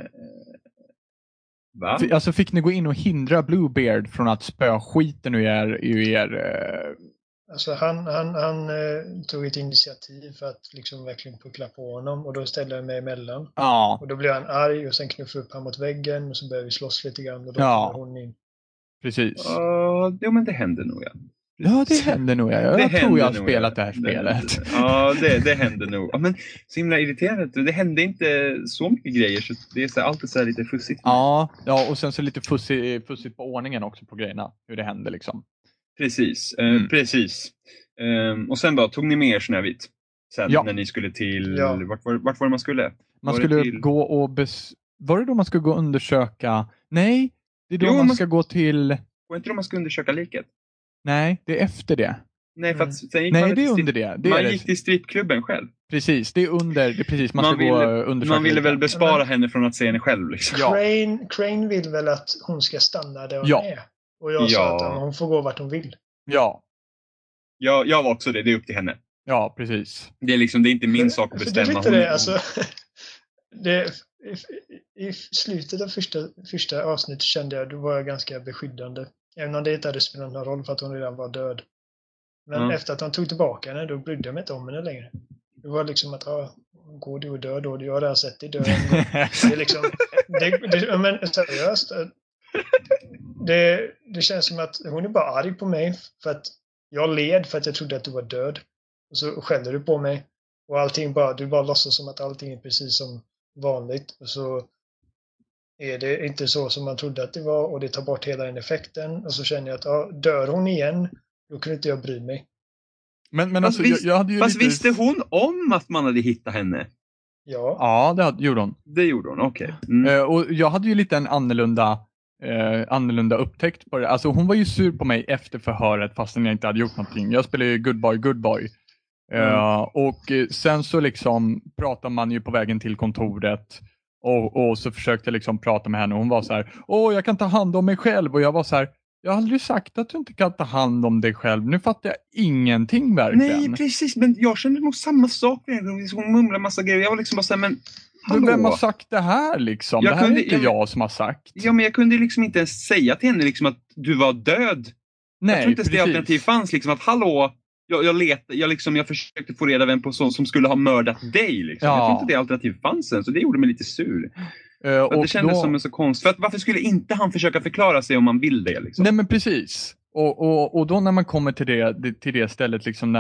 Va?
Alltså fick ni gå in och hindra Bluebeard från att spöa skiten ur er?
Alltså han tog ett initiativ för att liksom verkligen puckla på honom, och då ställde jag mig emellan.
Ja.
Och då blev han arg och sen knuffade upp han mot väggen och så började vi slåss lite grann och då kom hon in.
Precis.
Ja, men det hände nog ja.
Ja, det händer nog. Jag tror jag har spelat det här spelet.
Ja, det händer nog. Ja, men så himla irriterande. Det hände inte så mycket grejer, så det är så alltid så här lite fussigt.
Ja, och sen så lite fussigt på ordningen också på grejerna. Hur det händer liksom.
Precis, precis. Och sen då, tog ni med er Snövit? Sen när ni skulle till...
Ja.
Vart var det man skulle?
Man skulle gå och... Var det då man skulle gå och undersöka... Nej, det är då man ska gå till...
Var inte då man ska undersöka liket?
Nej, det är efter det.
Nej, för att sen gick
Nej, det är under det.
Man gick till strippklubben själv.
Precis, det är under... Det är precis, man ska gå och undersöka.
Man ville väl bespara henne från att se henne själv. Liksom.
Ja. Crane vill väl att hon ska stanna där hon är. Och jag sa att hon får gå vart hon vill.
Ja.
Jag var också det är upp till henne.
Ja, precis.
Det är inte min sak att bestämma.
För det, alltså, i slutet av första avsnittet kände jag, då var jag ganska beskyddande. Även om det inte hade spelat någon roll för att hon redan var död. Men efter att han tog tillbaka henne, då brydde jag mig inte om henne längre. Det var liksom att, går du och död då? Jag har redan sett dig dö. Det är liksom, men seriöst. Det känns som att hon är bara arg på mig för att jag led för att jag trodde att du var död. Och så skäller du på mig. Och allting du bara låtsas som att allting är precis som vanligt. Och så är det inte så som man trodde att det var. Och det tar bort hela den effekten. Och så känner jag att dör hon igen, då kunde inte jag bry mig.
Men alltså, jag hade ju
fast visste hon om att man hade hittat henne?
Ja.
Ja, det gjorde hon.
Det gjorde hon, okej.
Och jag hade ju lite en annorlunda upptäckt på det. Alltså hon var ju sur på mig efter förhöret fastän jag inte hade gjort någonting. Jag spelade ju Good Boy. Och sen så liksom pratade man ju på vägen till kontoret. Och så försökte jag liksom prata med henne. Och hon var så här: jag kan ta hand om mig själv. Och jag var så här: jag har aldrig sagt att du inte kan ta hand om dig själv. Nu fattar jag ingenting verkligen.
Nej, precis. Men jag kände nog samma sak. Hon mumlade massa grejer. Jag var liksom bara så här, men hallå?
Vem har sagt det här liksom? Det här är inte jag som har sagt.
Ja, men jag kunde liksom inte ens säga till henne liksom att du var död.
Nej,
jag tror inte det alternativ fanns. Liksom att hallå, jag försökte få reda vem på som skulle ha mördat dig. Liksom. Ja. Jag tror inte det alternativ fanns än. Så det gjorde mig lite sur. Och det kändes som en så konstigt. För att, varför skulle inte han försöka förklara sig om man vill det? Liksom?
Nej, men precis. Och då när man kommer till det stället liksom,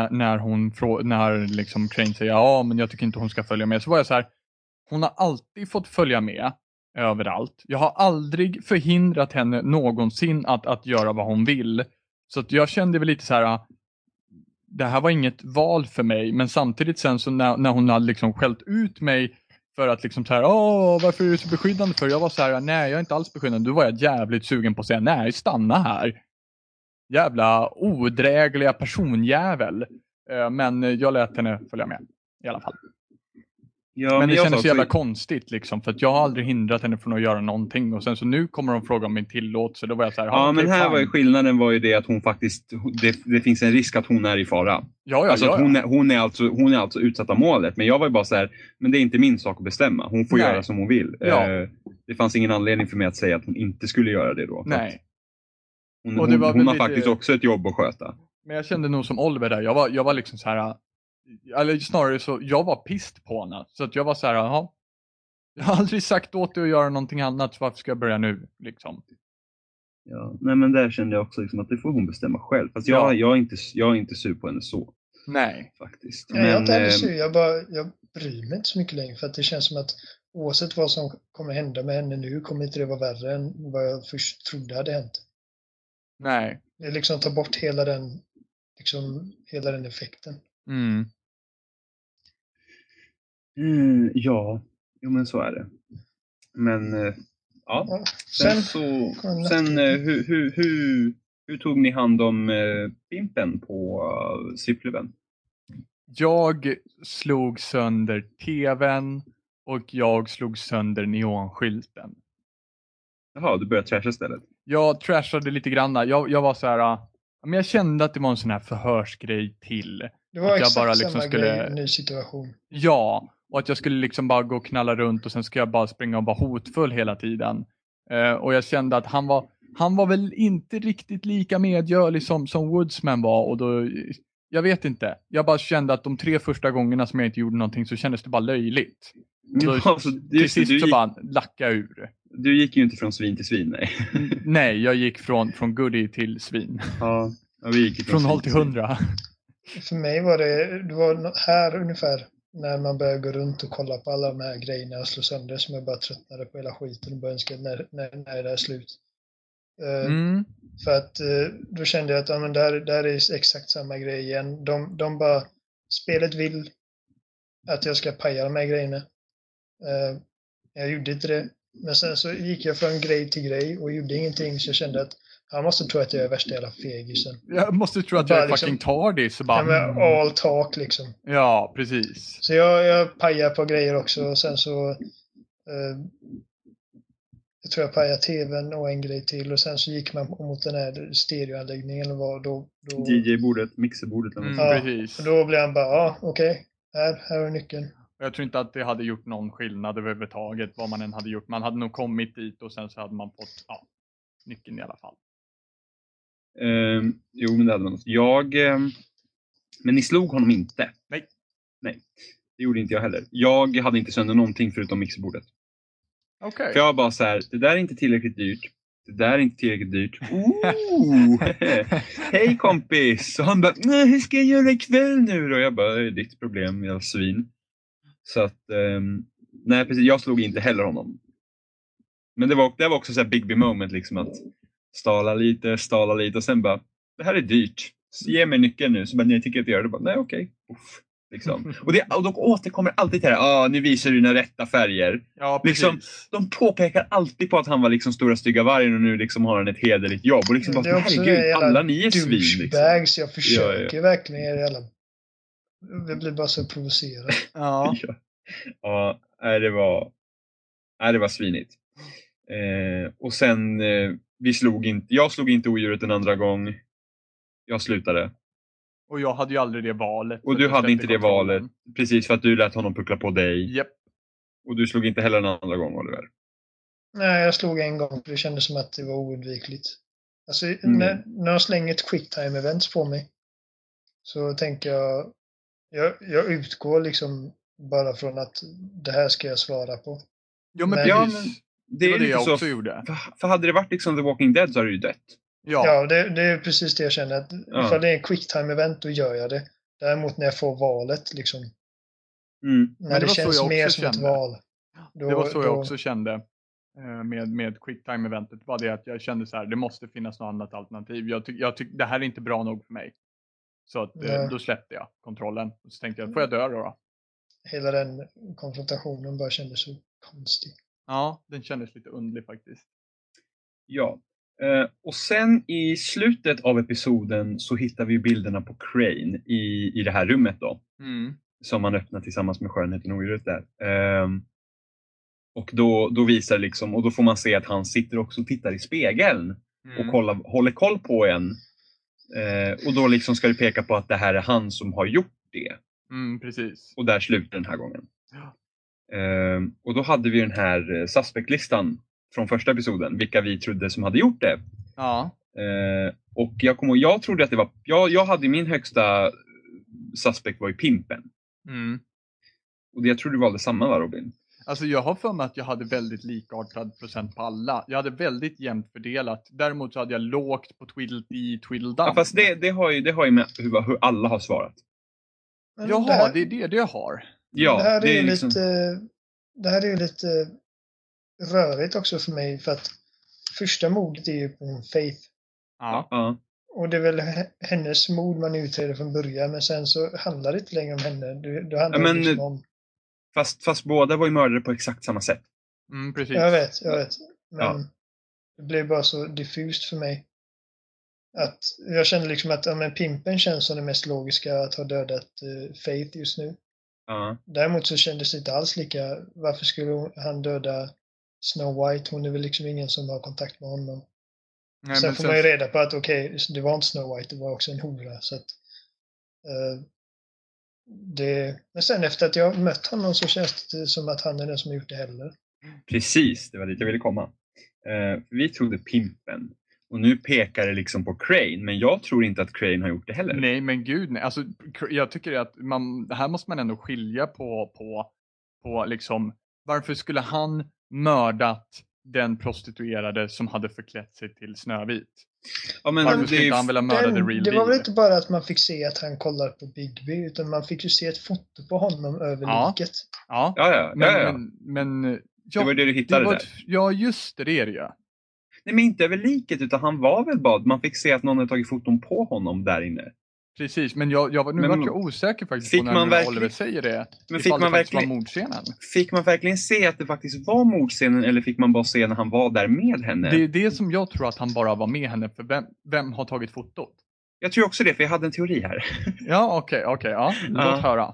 när liksom Crane säger men jag tycker inte hon ska följa med, så var jag så här: hon har alltid fått följa med överallt. Jag har aldrig förhindrat henne någonsin att göra vad hon vill. Så att jag kände väl lite så här: det här var inget val för mig. Men samtidigt sen så när hon hade liksom skällt ut mig för att liksom så här: varför är du så beskyddande för? Jag var så här: nej, jag är inte alls beskyddande. Då var jag jävligt sugen på att säga: nej, stanna här. Jävla odrägliga personjävel. Men jag lät henne följa med i alla fall. Ja, men det kändes så jävla konstigt liksom, för att jag har aldrig hindrat henne från att göra någonting. Och sen så nu kommer de fråga om min tillåtelse. Då var jag så här:
ja, men här var ju skillnaden var ju det att hon faktiskt, det finns en risk att hon är i fara. Hon är alltså utsatta målet. Men jag var ju bara så här: men det är inte min sak att bestämma. Hon får göra som hon vill. Det fanns ingen anledning för mig att säga att hon inte skulle göra det då. Nej. Hon har faktiskt också ett jobb att sköta.
Men jag kände nog som Oliver där. Jag var liksom så här, eller snarare så, jag var pist på henne. Så att jag var så här: jag har aldrig sagt åt dig att göra någonting annat, så varför ska jag börja nu liksom?
Ja, nej, men där kände jag också liksom att det får hon bestämma själv. Fast jag är inte sur på henne så.
Nej.
Faktiskt.
Nej, jag är inte heller sur. Jag bryr mig inte så mycket längre, för att det känns som att oavsett vad som kommer hända med henne nu, kommer inte det vara värre än vad jag först trodde hade hänt.
Nej.
Det liksom tar bort hela den effekten.
Ja, men så är det. Men Sen hur tog ni hand om pimpen på strippklubben?
Jag slog sönder tvn och jag slog sönder neonskylten.
Jaha, du började trasha istället?
Jag trashade lite grann. Jag var så här, men jag kände att det var en sån här förhörsgrej till.
Det var
att
exakt
jag bara liksom
samma grej, ny situation.
Ja, och att jag skulle liksom bara gå och knalla runt och sen ska jag bara springa och vara hotfull hela tiden. Och jag kände att han var väl inte riktigt lika medgörlig som Woodsman var. Och då, jag vet inte. Jag bara kände att de 3 första gångerna som jag inte gjorde någonting så kändes det bara löjligt. Till sist så bara lacka ur.
Du gick ju inte från svin till svin, nej.
Nej, jag gick från goodie till svin.
Ja. Ja, vi gick
Från 0 till 100.
För mig var det var här ungefär när man började gå runt och kolla på alla de här grejerna och slå sönder som jag bara tröttnade på hela skiten och började önska när är det här slut. För att då kände jag att ja, men där är exakt samma grej igen. De bara, spelet vill att jag ska paja de här grejerna. Jag gjorde inte det. Men sen så gick jag från grej till grej och gjorde ingenting, så jag kände att han måste tro att jag är värsta jävla fegisen.
Jag måste tro att jag är fucking tardis. Så bara,
all talk liksom.
Ja, precis.
Så jag pajar på grejer också och sen så jag tror jag pajade tvn och en grej till och sen så gick man mot den här stereoanläggningen eller vad då
DJ-bordet, mixerbordet eller något.
Ja,
precis.
och då blev han bara, okej. Här är nyckeln.
Jag tror inte att det hade gjort någon skillnad överhuvudtaget vad man än hade gjort. Man hade nog kommit dit och sen så hade man fått nyckeln i alla fall.
Jo, men det hade man. Men ni slog honom inte?
Nej.
Det gjorde inte jag heller. Jag hade inte sönder någonting förutom mixerbordet.
Okej.
För jag var bara så här, det där är inte tillräckligt dyrt. Det där är inte tillräckligt dyrt. Hej kompis! Och han bara, nej, hur ska jag göra ikväll nu då? Jag bara, det är ditt problem, jag svin. Så att, nej precis, jag slog inte heller honom. Men det var också så här big moment liksom att stala lite och sen bara, det här är dyrt. Så ge mig nyckeln nu. Så bara, nej, jag tycker inte göra det. Bara, nej, okej. Liksom. Och då återkommer alltid till det här, nu visar du dina rätta färger.
Ja, precis.
Liksom, de påpekar alltid på att han var liksom stora stygga vargen och nu liksom har han ett hederligt jobb. Och liksom bara,
det är också
herregud, alla ni är svin. Liksom.
Jag försöker verkligen jävla. Det blir bara så provocerad.
Ja.
Ja, det var svinigt. Och sen, jag slog inte odjuret en andra gång. Jag slutade.
Och jag hade ju aldrig det valet.
Och du hade inte det valet. Precis, för att du lät honom puckla på dig.
Japp.
Och du slog inte heller en andra gång, Oliver.
Nej, jag slog en gång för det kändes som att det var oundvikligt. Alltså, när de slänger ett quicktime event på mig så tänker jag utgår liksom bara från att det här ska jag svara på.
Jo, men precis. Det var det jag också gjorde.
För hade det varit liksom The Walking Dead så hade det ju dött.
Ja, det är precis det jag känner. Att ifall det är en quicktime event, då gör jag det. Däremot när jag får valet, liksom. När det känns mer som ett val.
Det var så jag också kände med quicktime eventet. Var det att jag kände så här, det måste finnas något annat alternativ. Jag tycker det här är inte bra nog för mig. Så att, då släppte jag kontrollen. Och så tänkte jag, får jag dö då?
Hela den konfrontationen bara kändes så konstig.
Ja, den kändes lite underlig faktiskt.
Ja. Och sen i slutet av episoden så hittar vi bilderna på Crane i det här rummet då. Som man öppnar tillsammans med skönheten och odjuret där. Och då visar liksom, och då får man se att han sitter också och tittar i spegeln och håller koll på en. Och då liksom ska det peka på att det här är han som har gjort det.
Precis.
Och där slutar den här gången. Och då hade vi den här suspect-listan från första episoden, vilka vi trodde som hade gjort det.
Ja.
Och jag trodde att det var, jag hade min högsta suspect var ju Pimpen. Och jag trodde du valde samma, va, Robin?
Alltså jag har för mig att jag hade väldigt likartad procent på alla. Jag hade väldigt jämnt fördelat. Däremot så hade jag lågt på Tweedledee, Tweedledum.
Ja, fast det har ju med hur alla har svarat.
Jaha, det är det jag har.
Ja,
det här är liksom... det här är ju lite rörigt också för mig, för att första mordet är ju på Faith.
Ja.
Och det är väl hennes mord man utreder från början, men sen så handlar det inte längre om henne. Det handlar liksom om...
Fast båda var ju mördare på exakt samma sätt.
Precis.
Jag vet. Men det blev bara så diffust för mig. Att jag kände liksom att Pimpen känns som det mest logiska att ha dödat Faith just nu. Däremot så kändes det inte alls lika. Varför skulle han döda Snow White? Hon är väl liksom ingen som har kontakt med honom. Nej, sen får man ju reda på att det var inte Snow White, det var också en hora. Så att, men sen efter att jag mött honom så känns det som att han är den som har gjort det heller.
Precis, det var dit jag ville komma. Vi trodde Pimpen. Och nu pekar det liksom på Crane, men jag tror inte att Crane har gjort det heller.
Nej, men gud nej. Alltså, jag tycker att här måste man ändå skilja på liksom, varför skulle han mördat den prostituerade som hade förklätt sig till Snövit.
Ja, men
Varför skulle inte han vilja mörda the real
Det var väl
deal?
inte bara att man fick se att han kollar på Bigby, utan man fick ju se ett foto på honom över liket.
Ja.
Ja.
Men
Det var det du hittade där.
Ja, just det är det ju.
Nej, men inte över liket, utan han var väl bara... Man fick se att någon hade tagit foton på honom där inne.
Precis, men jag var osäker faktiskt på när Oliver säger det.
Men
ifall det faktiskt var mordscenen.
Fick man verkligen se att det faktiskt var mordscenen, eller fick man bara se när han var där med henne?
Det är det som jag tror, att han bara var med henne. För vem har tagit fotot?
Jag tror också det, för jag hade en teori här.
Ja, okej. Ja, låt höra.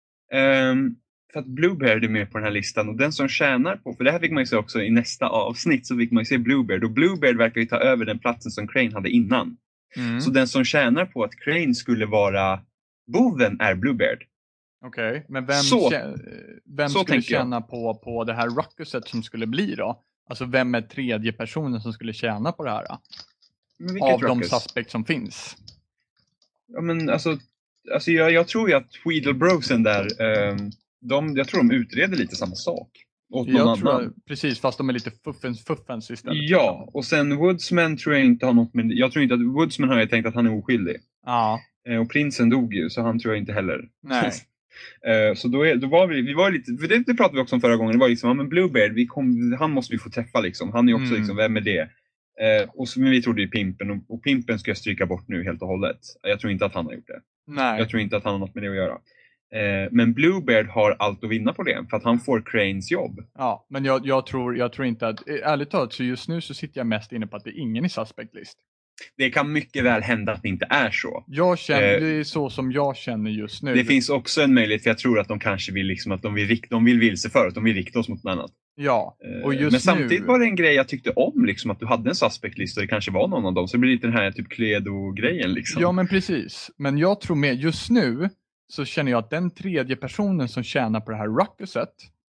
För att Bluebeard är med på den här listan, och den som tjänar på, för det här fick man ju se också i nästa avsnitt, så fick man ju se Bluebeard, och Bluebeard verkar ju ta över den platsen som Crane hade innan. Så den som tjänar på att Crane skulle vara boven är Bluebeard.
Okej, men vem skulle tjäna på det här ruckuset som skulle bli då? Alltså vem är tredje personen som skulle tjäna på det här? Av de suspect som finns.
Ja, men alltså jag tror ju att Tweedlebrosen där, jag tror de utreder lite samma sak.
Precis, fast de är lite fuffens istället.
Ja, och sen Woodsman tror jag inte har något med... Jag tror inte att Woodsman har jag tänkt att han är oskyldig.
Ja.
Och prinsen dog ju, så han tror jag inte heller.
Nej.
Så då var vi var lite... För det pratade vi också om förra gången. Det var liksom, men Bluebeard, han måste vi få träffa liksom. Han är också liksom, vem är det? Men vi trodde ju Pimpen, och Pimpen ska jag stryka bort nu helt och hållet. Jag tror inte att han har gjort det.
Nej.
Jag tror inte att han har något med det att göra. Men Bluebeard har allt att vinna på det, för att han får Cranes jobb.
Ja, men jag tror inte att, ärligt talat, så just nu så sitter jag mest inne på att det är ingen i suspect list.
Det kan mycket väl hända att det inte är så.
Det är så som jag känner just nu.
Det finns också en möjlighet, för jag tror att de kanske vill liksom, att de vill vilse för oss, de vill rikta oss mot något annat.
Ja, och just
men samtidigt var det en grej jag tyckte om, liksom, att du hade en suspect-list och det kanske var någon av dem. Så det blir lite den här typ Cluedo-grejen liksom.
Ja, men precis. Men jag tror med, just nu så känner jag att den tredje personen som tjänar på det här ruckuset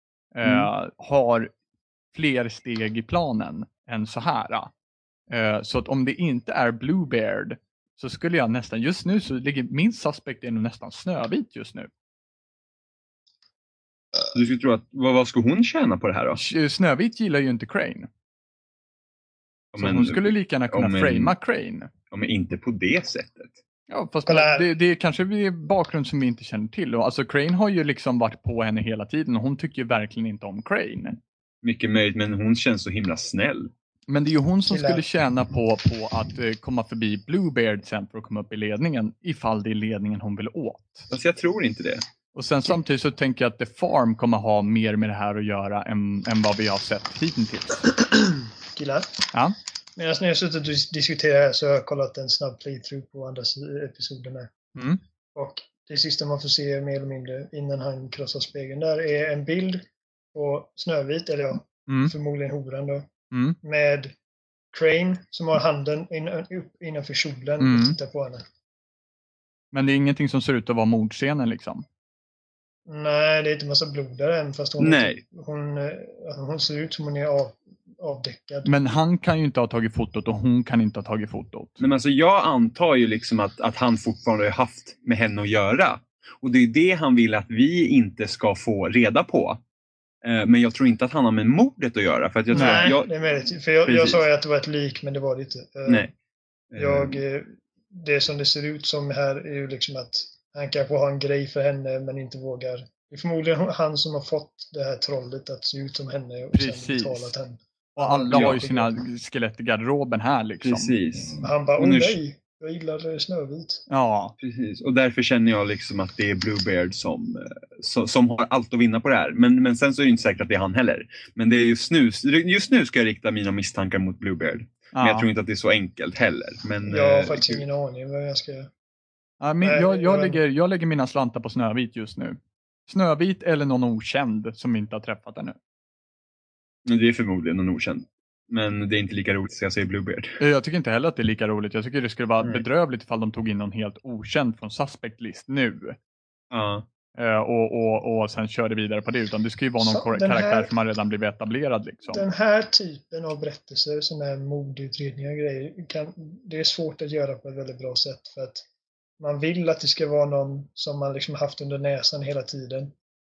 har fler steg i planen än så här. Så att om det inte är Bluebeard, så skulle jag nästan, just nu så ligger min suspect är nog nästan Snövit just nu.
Du skulle tro att, vad ska hon tjäna på det här då?
Snövit gillar ju inte Crane. Så hon skulle lika gärna kunna framea Crane.
Ja, men inte på det sättet.
Ja, fast det kanske är bakgrund som vi inte känner till. Alltså Crane har ju liksom varit på henne hela tiden, och hon tycker ju verkligen inte om Crane.
Mycket möjligt, men hon känns så himla snäll.
Men det är ju hon som skulle tjäna på att komma förbi Bluebeard sen för att komma upp i ledningen, ifall det är ledningen hon vill åt.
Alltså jag tror inte det.
Och sen samtidigt så tänker jag att The Farm kommer ha mer med det här att göra än vad vi har sett hittills.
Killar?
Ja?
Medan när jag suttit och diskuterar här så har jag kollat en snabb playthrough på andra episoden här. Och det sista man får se mer eller mindre innan han krossar spegeln där är en bild på Snövit, eller förmodligen horan då. Med Crane som har handen innanför kjolen och tittar på henne.
Men det är ingenting som ser ut att vara mordscenen liksom?
Nej, det är inte massa blod där än, fast hon ser ut som hon är avdäckad.
Men han kan ju inte ha tagit fotot och hon kan inte ha tagit fotot.
Men alltså jag antar ju liksom att han fortfarande har haft med henne att göra. Och det är det han vill att vi inte ska få reda på. Men jag tror inte att han har med mordet att göra. För att jag tror
det är möjligt. För jag sa ju att det var ett lik, men det var det inte.
Nej.
Det som det ser ut som här är ju liksom att han kanske har en grej för henne men inte vågar. Det är förmodligen han som har fått det här trollet att se ut som henne och sen betalat henne.
Och alla har ju sina skelett i garderoben här liksom.
Precis.
Han bara, nej, jag gillar Snövit.
Ja,
precis. Och därför känner jag liksom att det är Bluebeard som har allt att vinna på det här. Men sen så är det inte säkert att det är han heller. Men det är just nu ska jag rikta mina misstankar mot Bluebeard. Men jag tror inte att det är så enkelt heller. Men,
jag har faktiskt ingen aning vad jag ska göra.
Ja, men jag lägger mina slantar på Snövit just nu. Snövit eller någon okänd som vi inte har träffat ännu.
Men det är förmodligen någon okänd. Men det är inte lika roligt så jag säger Bluebeard.
Jag tycker inte heller att det är lika roligt. Jag tycker det skulle vara bedrövligt ifall de tog in någon helt okänd från suspect list nu.
Ja.
Och sen körde vidare på det. Utan det ska ju vara någon karaktär som har redan blivit etablerad. Liksom.
Den här typen av berättelser, som är mordutredningar och grejer, det är svårt att göra på ett väldigt bra sätt. För att man vill att det ska vara någon som man liksom haft under näsan hela tiden.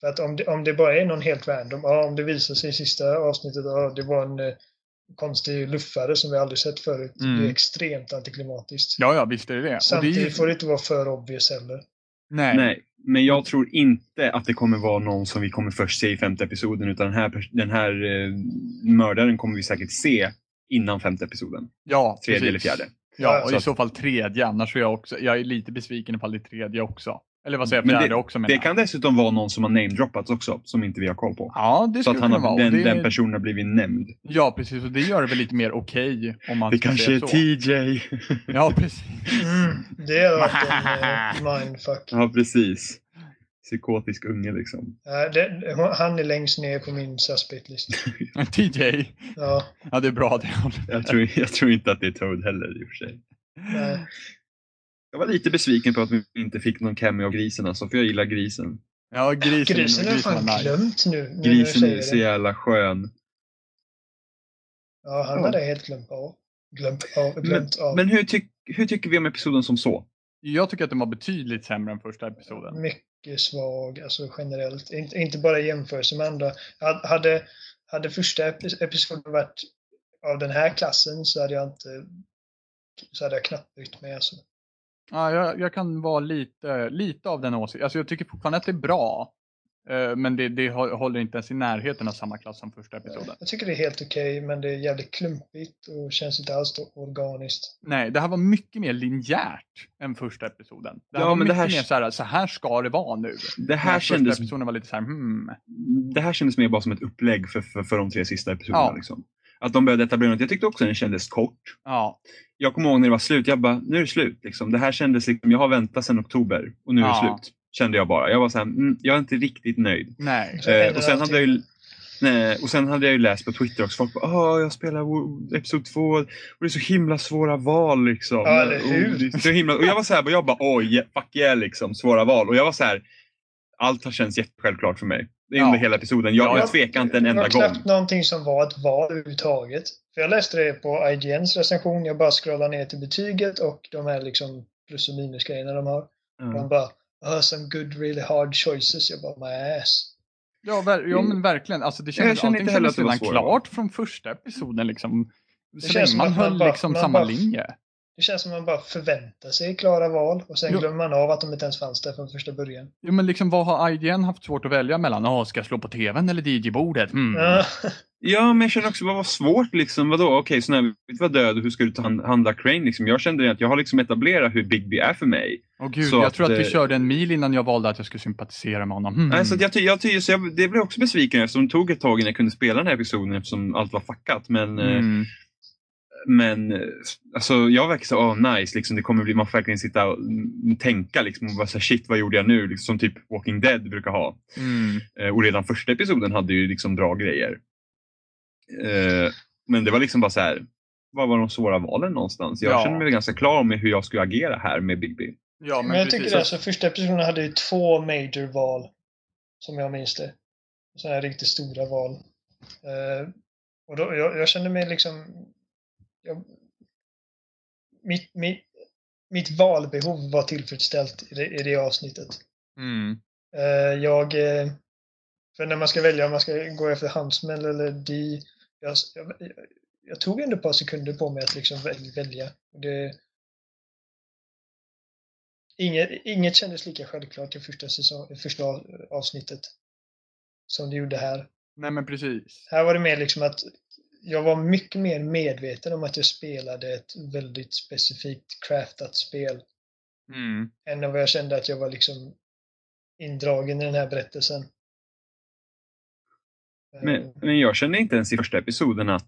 För att om det bara är någon helt random, om det visar sig i sista avsnittet att det var en konstig luffare som vi aldrig sett förut. Det är extremt antiklimatiskt.
Ja, visst är det.
Samtidigt får det inte vara för obvious heller.
Nej, men jag tror inte att det kommer vara någon som vi kommer först se i 5:e episoden, utan den här mördaren kommer vi säkert se innan 5:e episoden.
Ja,
3:e
precis.
eller 4:e.
Ja, och i så fall 3:e, annars är jag är lite besviken ifall det är 3:e också. Eller vad säger jag, 4:e också menar.
Det kan dessutom vara någon som har namedroppats också, som inte vi har koll på.
Ja, det skulle kunna vara.
Den personen har blivit nämnd.
Ja, precis. Och det gör det väl lite mer okej om man
det kanske är så. TJ.
Ja, precis.
Det är varit en mindfuck.
Ja, precis. Psykotisk unge liksom.
Han är längst ner på min suspect-list.
TJ?
Ja.
Ja, det är bra det.
Jag tror inte att det är Toad heller i och för sig.
Nej.
Jag var lite besviken på att vi inte fick någon cameo av grisen, alltså, för jag gillar grisen.
Ja, grisen
är fan glömt nu.
Grisen är så jävla skön.
Ja, han hade helt glömt av.
Men hur tycker vi om episoden som så?
Jag tycker att den var betydligt sämre än första episoden.
Mycket svag, alltså generellt. Inte bara i jämförelse med andra. Hade första episoden varit av den här klassen så hade jag knappt brytt mig. Alltså.
Ja, jag kan vara lite av den åsikten. Alltså jag tycker fortfarande att det är bra. Men det håller inte ens i närheten av samma klass som första episoden.
Jag tycker det är helt okej, men det är jävligt klumpigt och känns inte alls organiskt.
Nej, det här var mycket mer linjärt än första episoden. Det här var mycket mer så här ska det vara nu.
Det här
första episoden var lite så här,
Det här kändes mer bara som ett upplägg för de 3 sista episoderna. Ja. Liksom. Att de började etablera något. Jag tyckte också att den kändes kort.
Ja.
Jag kommer ihåg när det var slut. Jag bara, nu är det slut. Liksom. Det här kändes liksom, jag har väntat sedan oktober och nu är det slut. Kände jag bara. Jag var så här, jag är inte riktigt nöjd.
Nej.
Och sen hade jag ju läst på Twitter också. Folk bara, jag spelar episod 2 och det är så himla svåra val liksom.
Ja, eller hur?
Så himla, och jag var så här, jag bara, fuck yeah liksom, svåra val. Och jag var så här, allt har känts jättesjälvklart för mig. Det är under hela episoden. Jag tvekar inte en enda gång.
Det var knappt någonting som var ett val överhuvudtaget. För jag läste det på IGNs recension. Jag bara scrollar ner till betyget och de här liksom plus- och minusgrejerna de har. De bara, some good really hard choices. Jag bara, my ass.
Ja, men verkligen. Alltså, det kändes redan klart från första episoden. Liksom. Så länge man höll liksom samma linje.
Det känns som man bara förväntar sig klara val och sen glömmer man av att de inte ens fanns där från första början.
Jo, men liksom vad har IGN haft svårt att välja mellan? Ska jag slå på tvn eller DJ-bordet?
Ja, men jag känner också vad var svårt liksom. Vadå? Okej, så när vi var död, hur ska du handla Crane liksom? Jag kände att jag har liksom etablerat hur Bigby är för mig.
Gud, så jag tror att vi körde en mil innan jag valde att jag skulle sympatisera med honom.
Nej, så det blev också besviken eftersom det tog ett tag innan jag kunde spela den här episoden eftersom allt var fuckat. Men alltså, jag verkar så, nice, liksom, det kommer bli, man får verkligen sitta och tänka liksom, och bara så shit, vad gjorde jag nu? Liksom, som typ Walking Dead brukar ha. Och redan första episoden hade ju liksom bra grejer. Men det var liksom bara så här, vad var de svåra valen någonstans? Jag känner mig ganska klar med hur jag skulle agera här med Bigby.
Ja, men jag tycker alltså, första episoden hade ju 2 major val, som jag minns det. Sådana här riktigt stora val. Och då, jag kände mig liksom... Mitt valbehov var tillfredsställt i det avsnittet. För när man ska välja om man ska gå efter Huntsman eller D, jag tog ändå ett par sekunder på mig att liksom välja. Inget kändes lika självklart i första avsnittet som det gjorde här.
Nej, men precis.
Här var det mer liksom att jag var mycket mer medveten om att jag spelade ett väldigt specifikt craftat spel. Än vad jag kände att jag var liksom indragen i den här berättelsen.
Men jag kände inte ens i första episoden att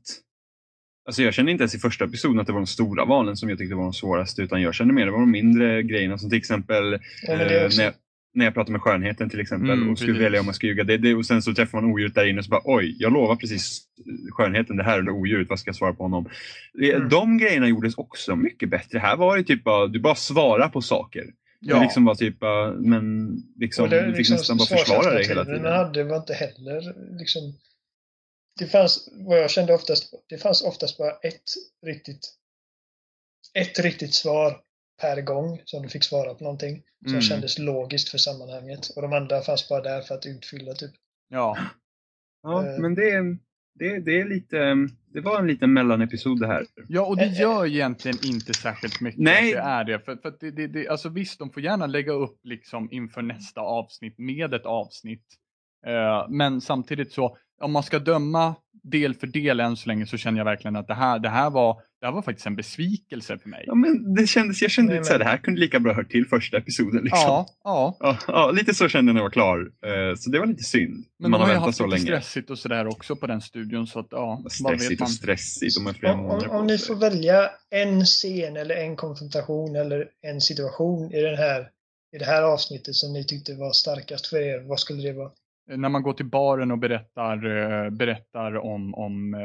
det var de stora valen som jag tyckte var de svåraste, utan jag kände mer det var de mindre grejerna, som till exempel när jag pratade med skönheten till exempel och skulle välja om man ska ljuga det, och sen så träffar man odjuret där inne och så bara, oj, jag lovar precis skönheten det här, eller odjuret, vad ska jag svara på honom? De grejerna gjordes också mycket bättre. Här var det typ du bara svara på saker. Ja. Det liksom var typ, men liksom, du fick liksom nästan bara försvara dig hela tiden.
Det var inte heller liksom, det fanns, vad jag kände oftast, det fanns oftast bara ett riktigt svar per gång som du fick svara på någonting som kändes logiskt för sammanhanget. Och de andra fanns bara där för att utfylla typ.
Ja.
Ja, men det är lite, det var en liten mellanepisod det här.
Ja, och det gör egentligen inte särskilt mycket.
Nej.
Att det är det. För att det, alltså visst, de får gärna lägga upp liksom inför nästa avsnitt med ett avsnitt. Men samtidigt så, om man ska döma del för del än så länge, så känner jag verkligen att det här var faktiskt en besvikelse för mig.
Ja, men jag kände att det här kunde lika bra hört till första episoden. Liksom. Ja, lite så kände jag när jag var klar. Så det var lite synd.
Men
man
har
har
ju
väntat
haft
så
lite
länge.
stressigt och sådär också på den studion. Så att,
Stressigt och stressigt. De har flera månader
om ni får välja en scen eller en konfrontation eller en situation i det här avsnittet som ni tyckte var starkast för er, vad skulle det vara?
När man går till baren och berättar om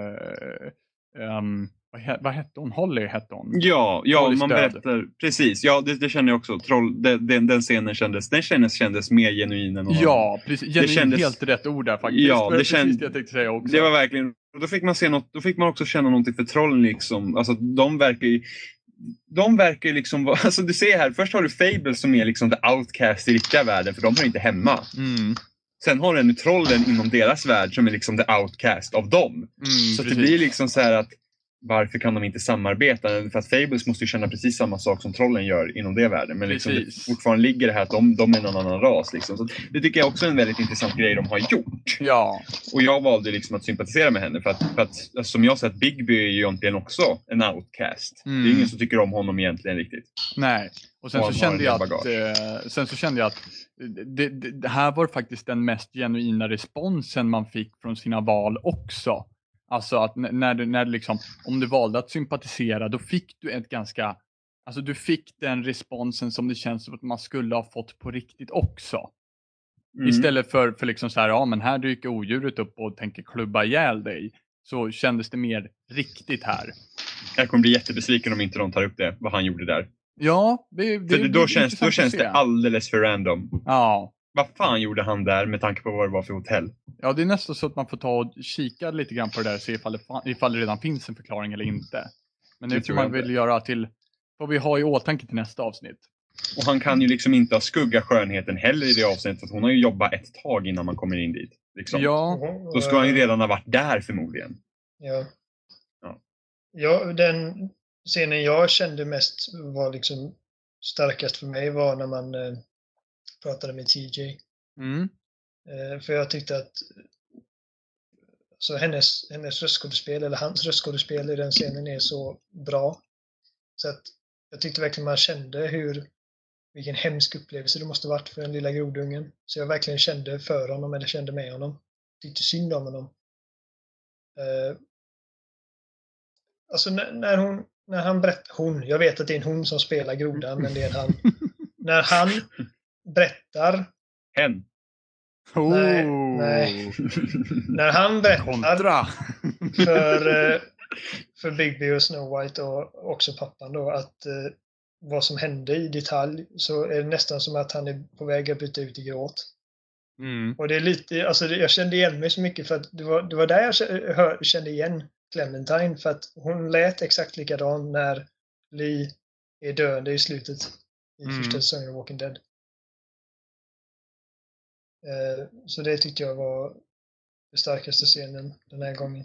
vad hette hon? Holly hette hon.
Ja,
Hollys
man
död.
berättar. Precis, ja det känner jag också. Den scenen kändes mer genuin än någon annan.
Ja, precis. Genuin,
kändes
helt rätt ord där faktiskt.
Ja,
det kändes det jag tänkte säga också.
Det var verkligen, då fick man se något, då fick man också känna någonting för trollen liksom. Alltså de verkar liksom vara, alltså du ser här, först har du Fable som är liksom the outcast i riktiga världen, för de är inte hemma. Sen har du trollen inom deras värld som är liksom the outcast av dem. Så det blir liksom så här att varför kan de inte samarbeta? För att Fables måste ju känna precis samma sak som trollen gör inom det världen. Men liksom det fortfarande ligger det här att de är någon annan ras. Liksom. Så det tycker jag också är en väldigt intressant grej de har gjort.
Ja.
Och jag valde liksom att sympatisera med henne. För att som jag sett, Bigby är ju egentligen också en outcast. Det är ingen som tycker om honom egentligen riktigt.
Nej. Och sen så kände jag att det här var faktiskt den mest genuina responsen man fick från sina val också. Alltså att när liksom, om du valde att sympatisera, då fick du ett ganska, alltså du fick den responsen som det känns som att man skulle ha fått på riktigt också. Istället för liksom så här, ja men här dyker odjuret upp och tänker klubba ihjäl dig. Så kändes det mer riktigt här.
Jag kommer bli jättebesviken om inte de tar upp det, vad han gjorde där.
Ja,
då känns det alldeles för random.
Ja.
Vad fan gjorde han där med tanke på vad det var för hotell?
Ja, det är nästan så att man får ta och kika lite grann på det där och se ifall det redan finns en förklaring eller inte. Men det får man väl göra till vad vi har i åtanke till nästa avsnitt.
Och han kan ju liksom inte ha skugga skönheten heller i det avsnittet, för att hon har ju jobbat ett tag innan man kommer in dit. Liksom.
Ja.
Då ska han ju redan ha varit där förmodligen.
Ja, den scenen jag kände mest var liksom starkast för mig var när man pratade med TJ. För jag tyckte att så hennes röstskådespel eller hans röstskådespel i den scenen är så bra. Så att jag tyckte verkligen man kände vilken hemsk upplevelse det måste varit för den lilla grodungen. Så jag verkligen kände för honom eller kände med honom. Tyckte synd om honom. Alltså när han berättar, jag vet att det är en hon som spelar grodan, men det är en han. När han berättar...
Hen.
Nej. När han berättar för Bigby och Snow White och också pappan då att vad som hände i detalj, så är det nästan som att han är på väg att byta ut i gråt. Och det är lite, alltså jag kände igen mig så mycket för att det var där jag kände igen Clementine, för att hon lät exakt likadan när Lee är döende i slutet i första säsongen av Walking Dead. Så det tyckte jag var den starkaste scenen den här gången.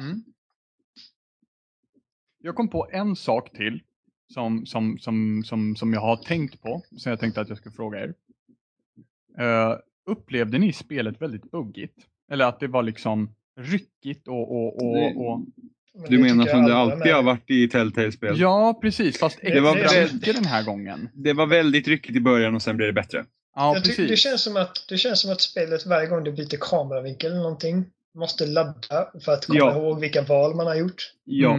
Jag kom på en sak till som jag har tänkt på, så jag tänkte att jag skulle fråga er. Upplevde ni spelet väldigt buggigt? Eller att det var liksom ryckigt och...
Du menar som det alltid har varit i Telltale-spel?
Ja, precis. Fast extra mycket den här gången.
Det var väldigt ryckigt i början och sen blev det bättre.
Ja, precis.
Det känns som att spelet varje gång det byter kameravinkel eller någonting måste ladda för att komma ihåg vilka val man har gjort.
Ja.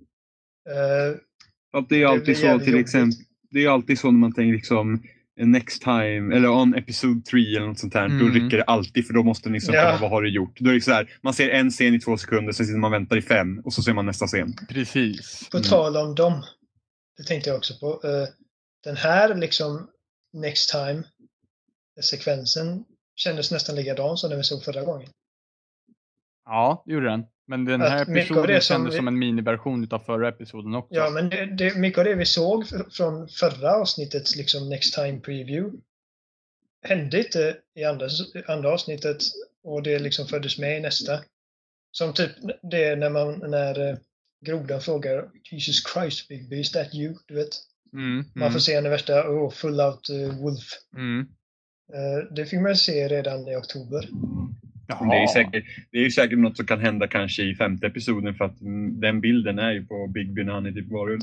Att det är alltid så till exempel. Det är alltid så när man tänker liksom next time eller on episode 3 eller något sånt här, då rycker det alltid, för då måste ni liksom komma, vad har du gjort? Då är det så här, man ser en scen i 2 sekunder, sen sitter man väntar i 5 och så ser man nästa scen.
Precis.
På tal om dem, det tänkte jag också på. Den här liksom next time sekvensen kändes nästan likadan som den vi såg förra gången.
Ja, det gjorde den. Men den här episoden kändes som en miniversion utav förra episoden också.
Ja, men mycket av det vi såg från förra avsnittets liksom Next Time Preview hände inte i andra avsnittet, och det liksom föddes med i nästa. Som typ det när grodan frågar Jesus Christ Bigby, is that you? Du vet. Man får se en värsta full out wolf. Det fick man se redan i oktober.
Det är ju säkert något som kan hända kanske i 5:e episoden, för att den bilden är ju på Bigby när han är typ varulv.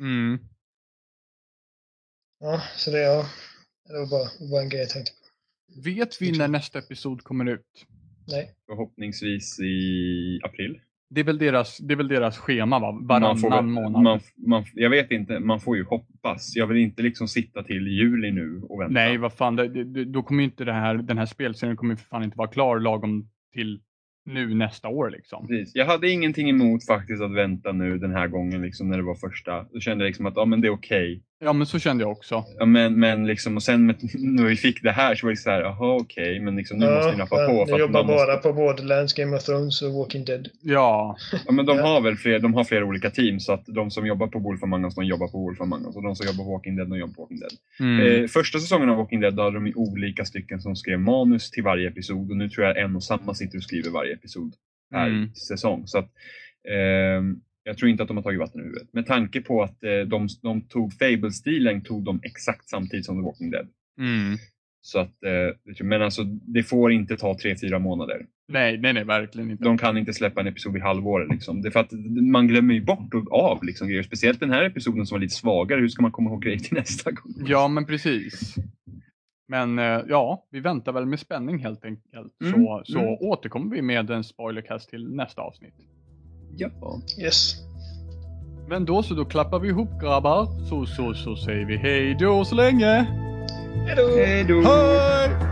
Ja, så det var bara en grej jag tänkte på.
Vet vi när nästa episod kommer ut?
Nej.
Förhoppningsvis i april.
Det är väl deras schema, va? Varannan månad.
Jag vet inte, man får ju hoppas. Jag vill inte liksom sitta till juli nu och vänta.
Nej, vad fan, då kommer ju inte den här spelserien kommer för fan inte vara klar lagom till nu nästa år liksom.
Precis. Jag hade ingenting emot faktiskt att vänta nu den här gången liksom, när det var första. Då kände jag liksom att men det är okej.
Ja, men så kände jag också.
Ja, men liksom, och sen när vi fick det här så var det så här, okej, men liksom, nu måste vi nappa på.
Ni jobbar bara på Borderlands, Game of Thrones och Walking Dead.
Ja.
Men de har väl flera olika team, så att de som jobbar på Wolf Among Us, de jobbar på Wolf Among Us, och de som jobbar på Walking Dead, de jobbar på Walking Dead. Första säsongen av Walking Dead hade de olika stycken som skrev manus till varje episod, och nu tror jag en och samma sitter och skriver varje episod per säsong. Så att jag tror inte att de har tagit vatten i huvudet. Med tanke på att de tog Fable-stilen, tog de exakt samtidigt som The Walking Dead. Så att, men alltså, det får inte ta 3-4 månader.
Nej, verkligen inte.
De kan inte släppa en episod i halvåret liksom. Det är för att man glömmer ju bort av liksom grejer. Speciellt den här episoden som var lite svagare. Hur ska man komma ihåg grejer till nästa gång?
Ja, men precis. Men vi väntar väl med spänning helt enkelt. Så återkommer vi med en spoilercast till nästa avsnitt.
Ja.
Yes.
Men då klappar vi ihop, grabbar. Så säger vi hej då så länge.
Hej då.
Hej då.
Hej!